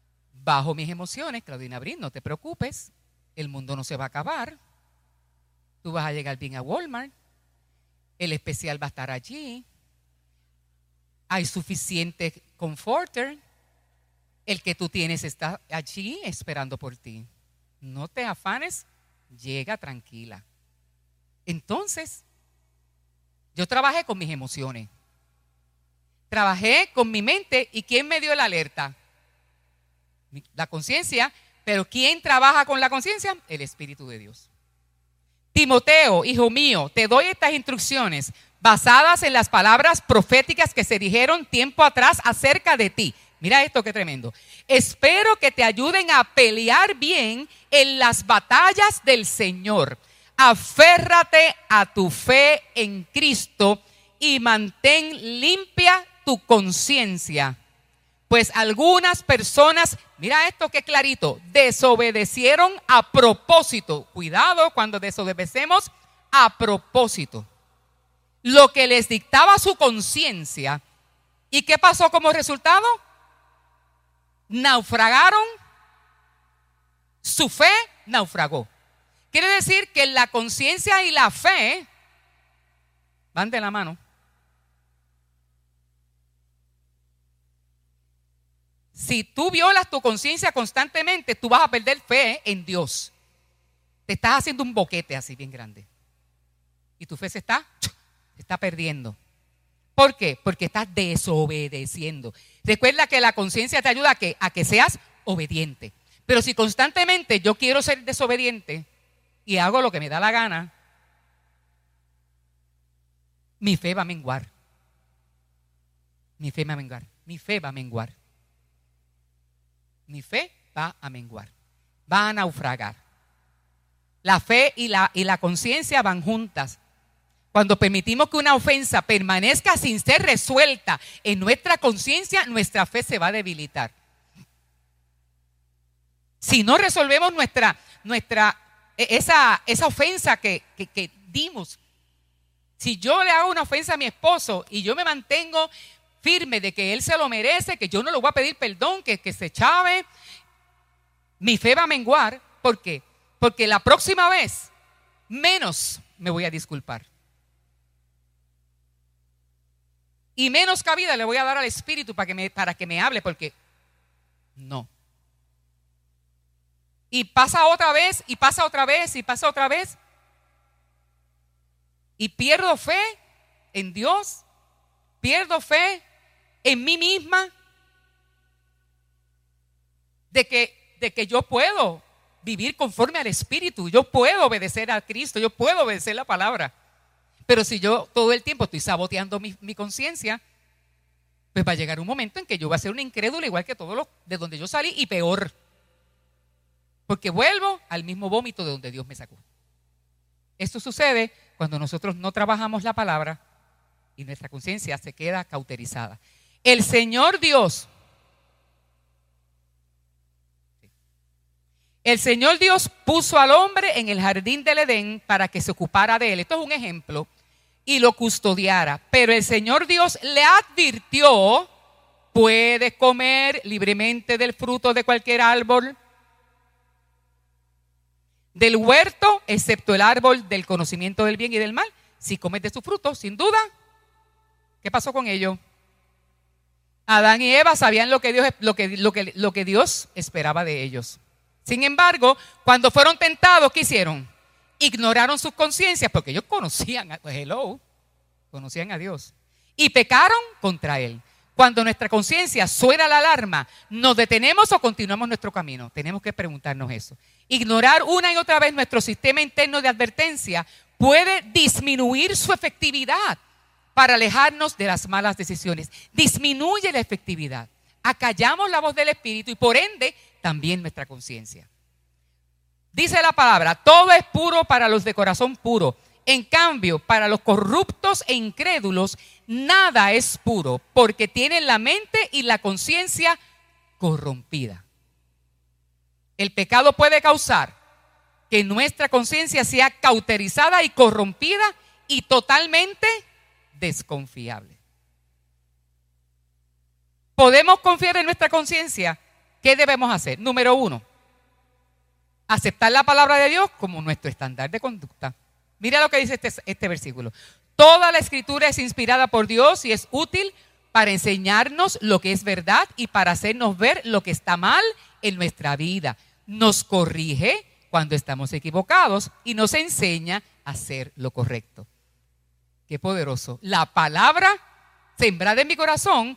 bajo mis emociones. Claudina Brin, no te preocupes, el mundo no se va a acabar. Tú vas a llegar bien a Walmart, el especial va a estar allí, hay suficiente comforter, el que tú tienes está allí esperando por ti. No te afanes, llega tranquila. Entonces, yo trabajé con mis emociones, trabajé con mi mente. ¿Y quién me dio la alerta? La conciencia. Pero ¿quién trabaja con la conciencia? El Espíritu de Dios. Timoteo, hijo mío, te doy estas instrucciones basadas en las palabras proféticas que se dijeron tiempo atrás acerca de ti. Mira esto, qué tremendo. Espero que te ayuden a pelear bien en las batallas del Señor. Aférrate a tu fe en Cristo y mantén limpia tu conciencia. Pues algunas personas, mira esto que clarito, desobedecieron a propósito. Cuidado cuando desobedecemos a propósito. Lo que les dictaba su conciencia. ¿Y qué pasó como resultado? Naufragaron. Su fe naufragó. Quiere decir que la conciencia y la fe van de la mano. Si tú violas tu conciencia constantemente, tú vas a perder fe en Dios. Te estás haciendo un boquete así bien grande. Y tu fe se está perdiendo. ¿Por qué? Porque estás desobedeciendo. Recuerda que la conciencia te ayuda a que seas obediente. Pero si constantemente yo quiero ser desobediente y hago lo que me da la gana, mi fe va a menguar. Mi fe va a menguar. Mi fe va a menguar. Mi fe va a menguar, va a naufragar. La fe y la conciencia van juntas. Cuando permitimos que una ofensa permanezca sin ser resuelta en nuestra conciencia, nuestra fe se va a debilitar. Si no resolvemos esa ofensa que dimos, si yo le hago una ofensa a mi esposo y yo me mantengo firme de que él se lo merece, que yo no le voy a pedir perdón, que se chave, mi fe va a menguar. ¿Por qué? Porque la próxima vez menos me voy a disculpar y menos cabida le voy a dar al Espíritu para que me hable, porque no. Y pasa otra vez, y pasa otra vez, y pasa otra vez, y pierdo fe en Dios, pierdo fe en mí misma, de que yo puedo vivir conforme al Espíritu, yo puedo obedecer a Cristo, yo puedo obedecer la palabra. Pero si yo todo el tiempo estoy saboteando mi conciencia, pues va a llegar un momento en que yo voy a ser una incrédula igual que todos los de donde yo salí, y peor, porque vuelvo al mismo vómito de donde Dios me sacó. Esto sucede cuando nosotros no trabajamos la palabra y nuestra conciencia se queda cauterizada. El Señor Dios puso al hombre en el jardín del Edén para que se ocupara de él. Esto es un ejemplo. Y lo custodiara. Pero el Señor Dios le advirtió: puedes comer libremente del fruto de cualquier árbol del huerto, excepto el árbol del conocimiento del bien y del mal. Si comes de su fruto, sin duda. ¿Qué pasó con ellos? Adán y Eva sabían lo que Dios esperaba de ellos. Sin embargo, cuando fueron tentados, ¿qué hicieron? Ignoraron sus conciencias, porque ellos conocían a Dios, y pecaron contra Él. Cuando nuestra conciencia suena la alarma, ¿nos detenemos o continuamos nuestro camino? Tenemos que preguntarnos eso. Ignorar una y otra vez nuestro sistema interno de advertencia puede disminuir su efectividad para alejarnos de las malas decisiones. Disminuye la efectividad. Acallamos la voz del Espíritu y por ende también nuestra conciencia. Dice la palabra: todo es puro para los de corazón puro. En cambio, para los corruptos e incrédulos, nada es puro, porque tienen la mente y la conciencia corrompida. El pecado puede causar que nuestra conciencia sea cauterizada y corrompida y totalmente desconfiable. ¿Podemos confiar en nuestra conciencia? ¿Qué debemos hacer? Número 1, aceptar la palabra de Dios como nuestro estándar de conducta. Mira lo que dice este versículo. Toda la escritura es inspirada por Dios y es útil para enseñarnos lo que es verdad y para hacernos ver lo que está mal en nuestra vida. Nos corrige cuando estamos equivocados y nos enseña a hacer lo correcto. Qué poderoso. La palabra sembrada en mi corazón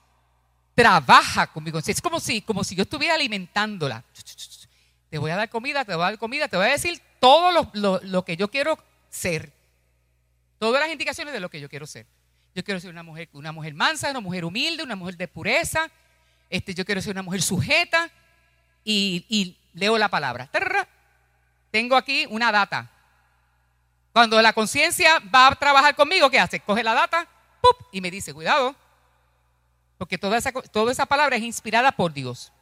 trabaja conmigo. Es como si yo estuviera alimentándola. Te voy a dar comida, te voy a dar comida, te voy a decir todo lo que yo quiero ser. Todas las indicaciones de lo que yo quiero ser. Yo quiero ser una mujer mansa, una mujer humilde, una mujer de pureza. Yo quiero ser una mujer sujeta y leo la palabra. Tengo aquí una data. Cuando la conciencia va a trabajar conmigo, ¿qué hace? Coge la data ¡pup! Y me dice, cuidado, porque toda esa palabra es inspirada por Dios.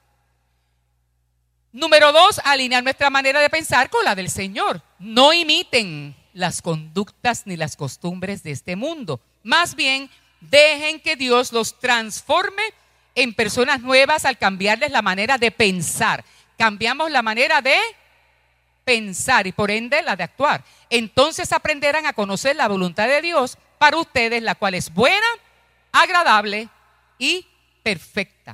Número 2, alinear nuestra manera de pensar con la del Señor. No imiten las conductas ni las costumbres de este mundo. Más bien, dejen que Dios los transforme en personas nuevas al cambiarles la manera de pensar. Cambiamos la manera de pensar y por ende la de actuar. Entonces aprenderán a conocer la voluntad de Dios para ustedes, la cual es buena, agradable y perfecta.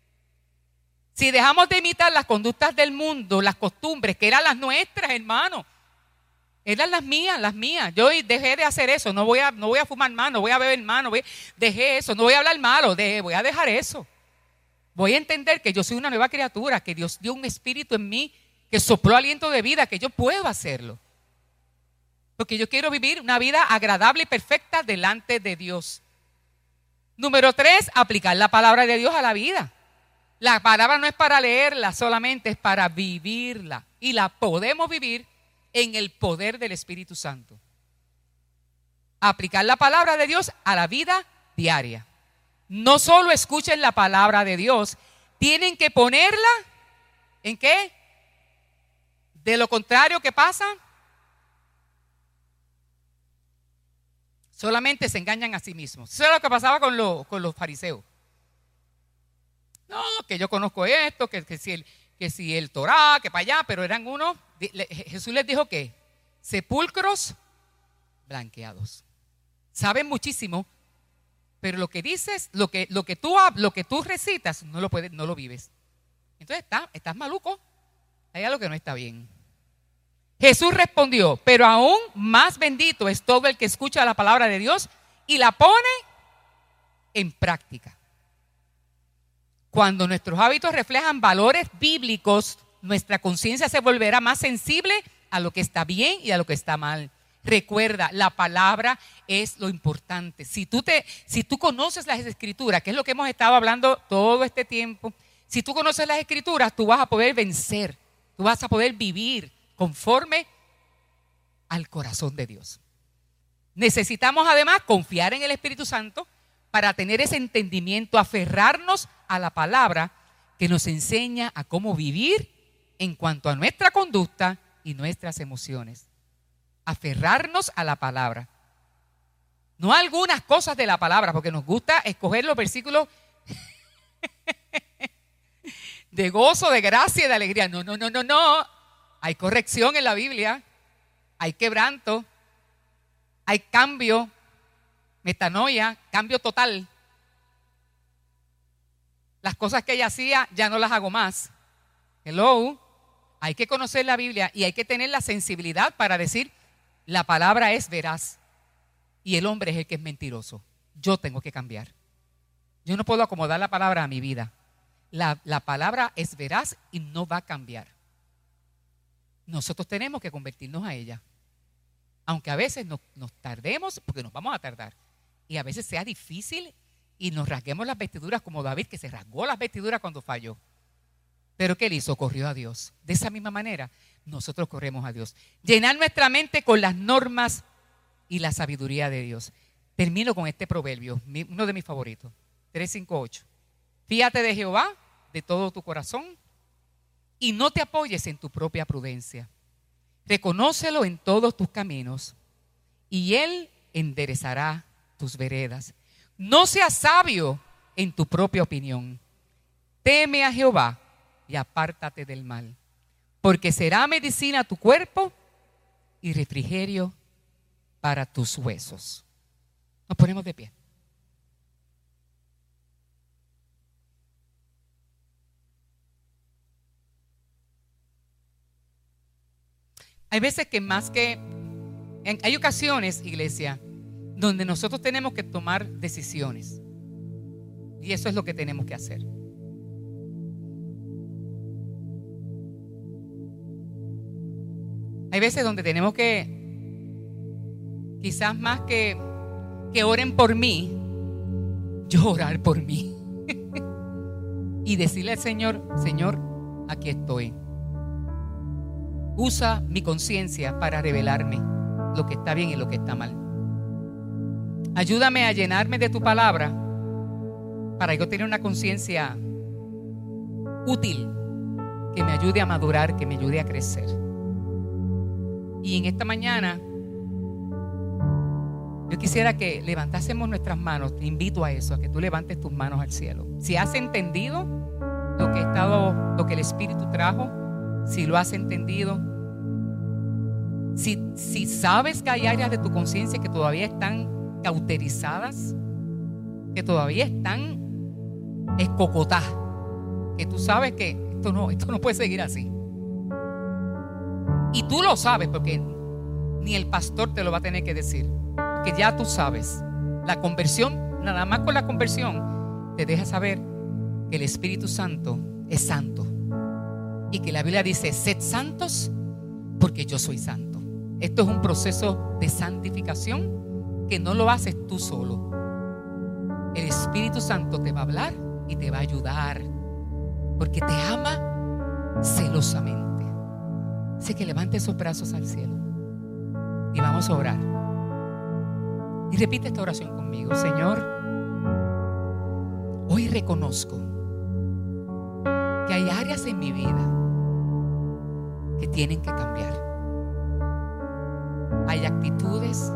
Si dejamos de imitar las conductas del mundo, las costumbres que eran las nuestras, hermano, eran las mías. Yo dejé de hacer eso. No voy a fumar más, no voy a beber más, dejé eso, no voy a hablar malo, voy a dejar eso. Voy a entender que yo soy una nueva criatura, que Dios dio un espíritu en mí, que sopló aliento de vida, que yo puedo hacerlo. Porque yo quiero vivir una vida agradable y perfecta delante de Dios. Número 3, aplicar la palabra de Dios a la vida. La palabra no es para leerla solamente, es para vivirla. Y la podemos vivir en el poder del Espíritu Santo. Aplicar la palabra de Dios a la vida diaria. No solo escuchen la palabra de Dios, tienen que ponerla ¿en qué? De lo contrario, ¿qué pasa? Solamente se engañan a sí mismos. Eso es lo que pasaba con los fariseos. No, que yo conozco esto, que si el Torá, que para allá, pero eran unos, Jesús les dijo que sepulcros blanqueados. Saben muchísimo, pero lo que dices, lo que tú recitas, no lo vives. Entonces estás maluco, hay algo que no está bien. Jesús respondió, pero aún más bendito es todo el que escucha la palabra de Dios y la pone en práctica. Cuando nuestros hábitos reflejan valores bíblicos, nuestra conciencia se volverá más sensible a lo que está bien y a lo que está mal. Recuerda, la palabra es lo importante. Si tú conoces las Escrituras, que es lo que hemos estado hablando todo este tiempo, si tú conoces las Escrituras, tú vas a poder vencer, tú vas a poder vivir conforme al corazón de Dios. Necesitamos además confiar en el Espíritu Santo para tener ese entendimiento, aferrarnos a la palabra que nos enseña a cómo vivir en cuanto a nuestra conducta y nuestras emociones. Aferrarnos a la palabra. No a algunas cosas de la palabra, porque nos gusta escoger los versículos de gozo, de gracia y de alegría. No. Hay corrección en la Biblia, hay quebranto, hay cambio, metanoia, cambio total. Las cosas que ella hacía ya no las hago más. Hello, hay que conocer la Biblia y hay que tener la sensibilidad para decir, la palabra es veraz y el hombre es el que es mentiroso. Yo tengo que cambiar. Yo no puedo acomodar la palabra a mi vida. La palabra es veraz y no va a cambiar. Nosotros tenemos que convertirnos a ella. Aunque a veces nos tardemos, porque nos vamos a tardar. Y a veces sea difícil y nos rasguemos las vestiduras como David, que se rasgó las vestiduras cuando falló. Pero ¿qué él hizo? Corrió a Dios. De esa misma manera, nosotros corremos a Dios. Llenar nuestra mente con las normas y la sabiduría de Dios. Termino con este proverbio, uno de mis favoritos. 3:5-8. Fíate de Jehová de todo tu corazón y no te apoyes en tu propia prudencia. Reconócelo en todos tus caminos y Él enderezará tus veredas. No seas sabio en tu propia opinión. Teme a Jehová y apártate del mal, porque será medicina a tu cuerpo y refrigerio para tus huesos. Nos ponemos de pie. Hay veces que hay ocasiones, iglesia, donde nosotros tenemos que tomar decisiones. Y eso es lo que tenemos que hacer. Hay veces donde tenemos que, quizás más que oren por mí, yo orar por mí. Y decirle al Señor, Señor, aquí estoy. Usa mi conciencia para revelarme lo que está bien y lo que está mal. Ayúdame a llenarme de tu palabra para yo tener una conciencia útil que me ayude a madurar, que me ayude a crecer. Y en esta mañana yo quisiera que levantásemos nuestras manos. Te invito a eso, a que tú levantes tus manos al cielo. Si has entendido lo que el Espíritu trajo, si lo has entendido, si sabes que hay áreas de tu conciencia que todavía están cauterizadas, que todavía están escocotadas, que tú sabes que esto no puede seguir así. Y tú lo sabes, porque ni el pastor te lo va a tener que decir, porque ya tú sabes. La conversión, nada más con la conversión, te deja saber que el Espíritu Santo es santo. Y que la Biblia dice, sed santos porque yo soy santo. Esto es un proceso de santificación que no lo haces tú solo. El Espíritu Santo te va a hablar y te va a ayudar, porque te ama celosamente. Así que levante esos brazos al cielo y vamos a orar. Y repite esta oración conmigo. Señor, hoy reconozco que hay áreas en mi vida que tienen que cambiar. Hay actitudes,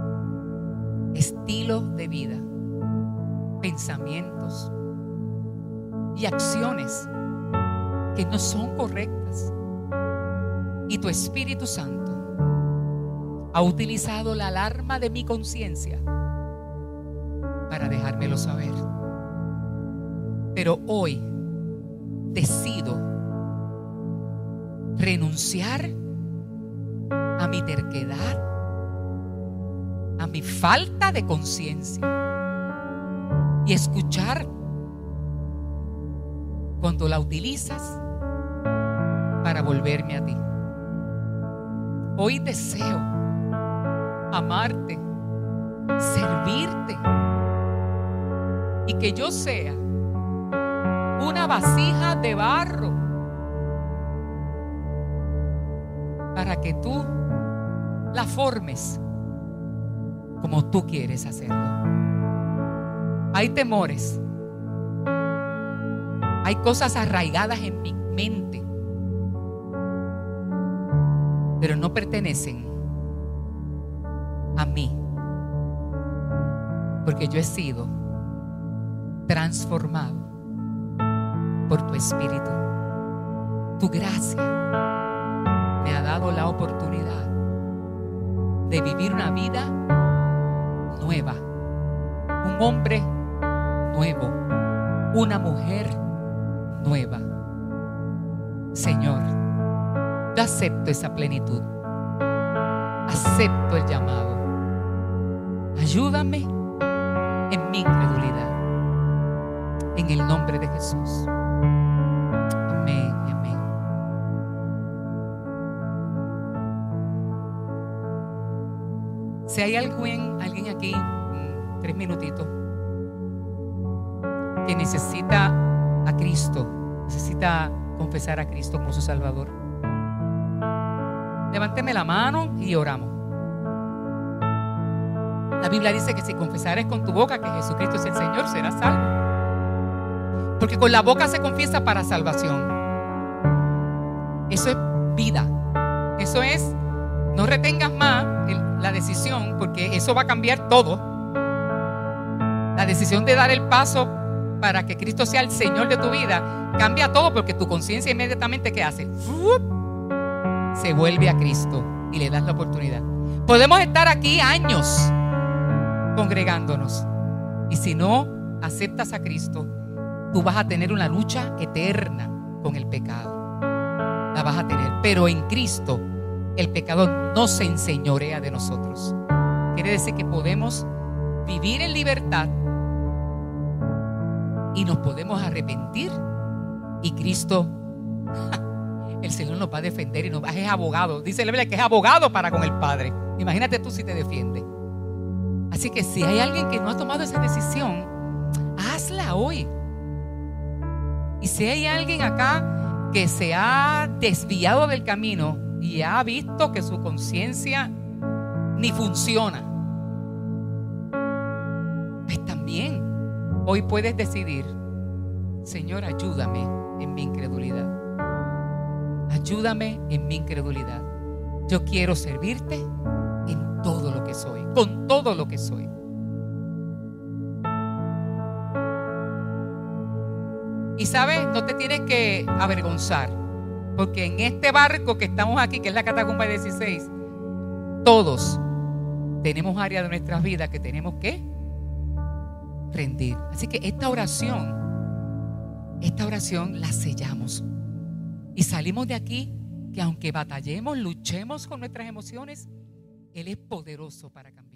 estilos de vida, pensamientos y acciones que no son correctas. Y tu Espíritu Santo ha utilizado la alarma de mi conciencia para dejármelo saber. Pero hoy decido renunciar a mi terquedad, a mi falta de conciencia, y escuchar cuando la utilizas para volverme a ti. Hoy deseo amarte, servirte, y que yo sea una vasija de barro para que tú la formes como tú quieres hacerlo. Hay temores, hay cosas arraigadas en mi mente, pero no pertenecen a mí, porque yo he sido transformado por tu Espíritu. Tu gracia me ha dado la oportunidad de vivir una vida nueva, un hombre nuevo, una mujer nueva. Señor, yo acepto esa plenitud, acepto el llamado. Ayúdame en mi incredulidad, en el nombre de Jesús. Amén y amén. Si hay alguien aquí, 3 minutitos, que necesita a Cristo, necesita confesar a Cristo como su Salvador, levánteme la mano y oramos. La Biblia dice que si confesares con tu boca que Jesucristo es el Señor, serás salvo. Porque con la boca se confiesa para salvación. Eso es vida. Eso es, no retengas más la decisión, porque eso va a cambiar todo. La decisión de dar el paso para que Cristo sea el Señor de tu vida cambia todo, porque tu conciencia inmediatamente, ¿qué hace? Se vuelve a Cristo y le das la oportunidad. Podemos estar aquí años congregándonos. Y si no aceptas a Cristo, tú vas a tener una lucha eterna con el pecado. La vas a tener. Pero en Cristo, el pecado no se enseñorea de nosotros. Quiere decir que podemos vivir en libertad y nos podemos arrepentir. Y Cristo, el Señor nos va a defender y es abogado. Dice la Biblia que es abogado para con el Padre. Imagínate tú si te defiende. Así que si hay alguien que no ha tomado esa decisión, hazla hoy. Y si hay alguien acá que se ha desviado del camino y ha visto que su conciencia ni funciona, pues también hoy puedes decidir: Señor, ayúdame en mi incredulidad. Ayúdame en mi incredulidad. Yo quiero servirte en todo lo que soy, con todo lo que soy. Y sabes, no te tienes que avergonzar, porque en este barco que estamos aquí, que es la Catacumba 16, todos tenemos áreas de nuestras vidas que tenemos que rendir. Así que esta oración la sellamos y salimos de aquí, que aunque batallemos, luchemos con nuestras emociones, Él es poderoso para cambiar.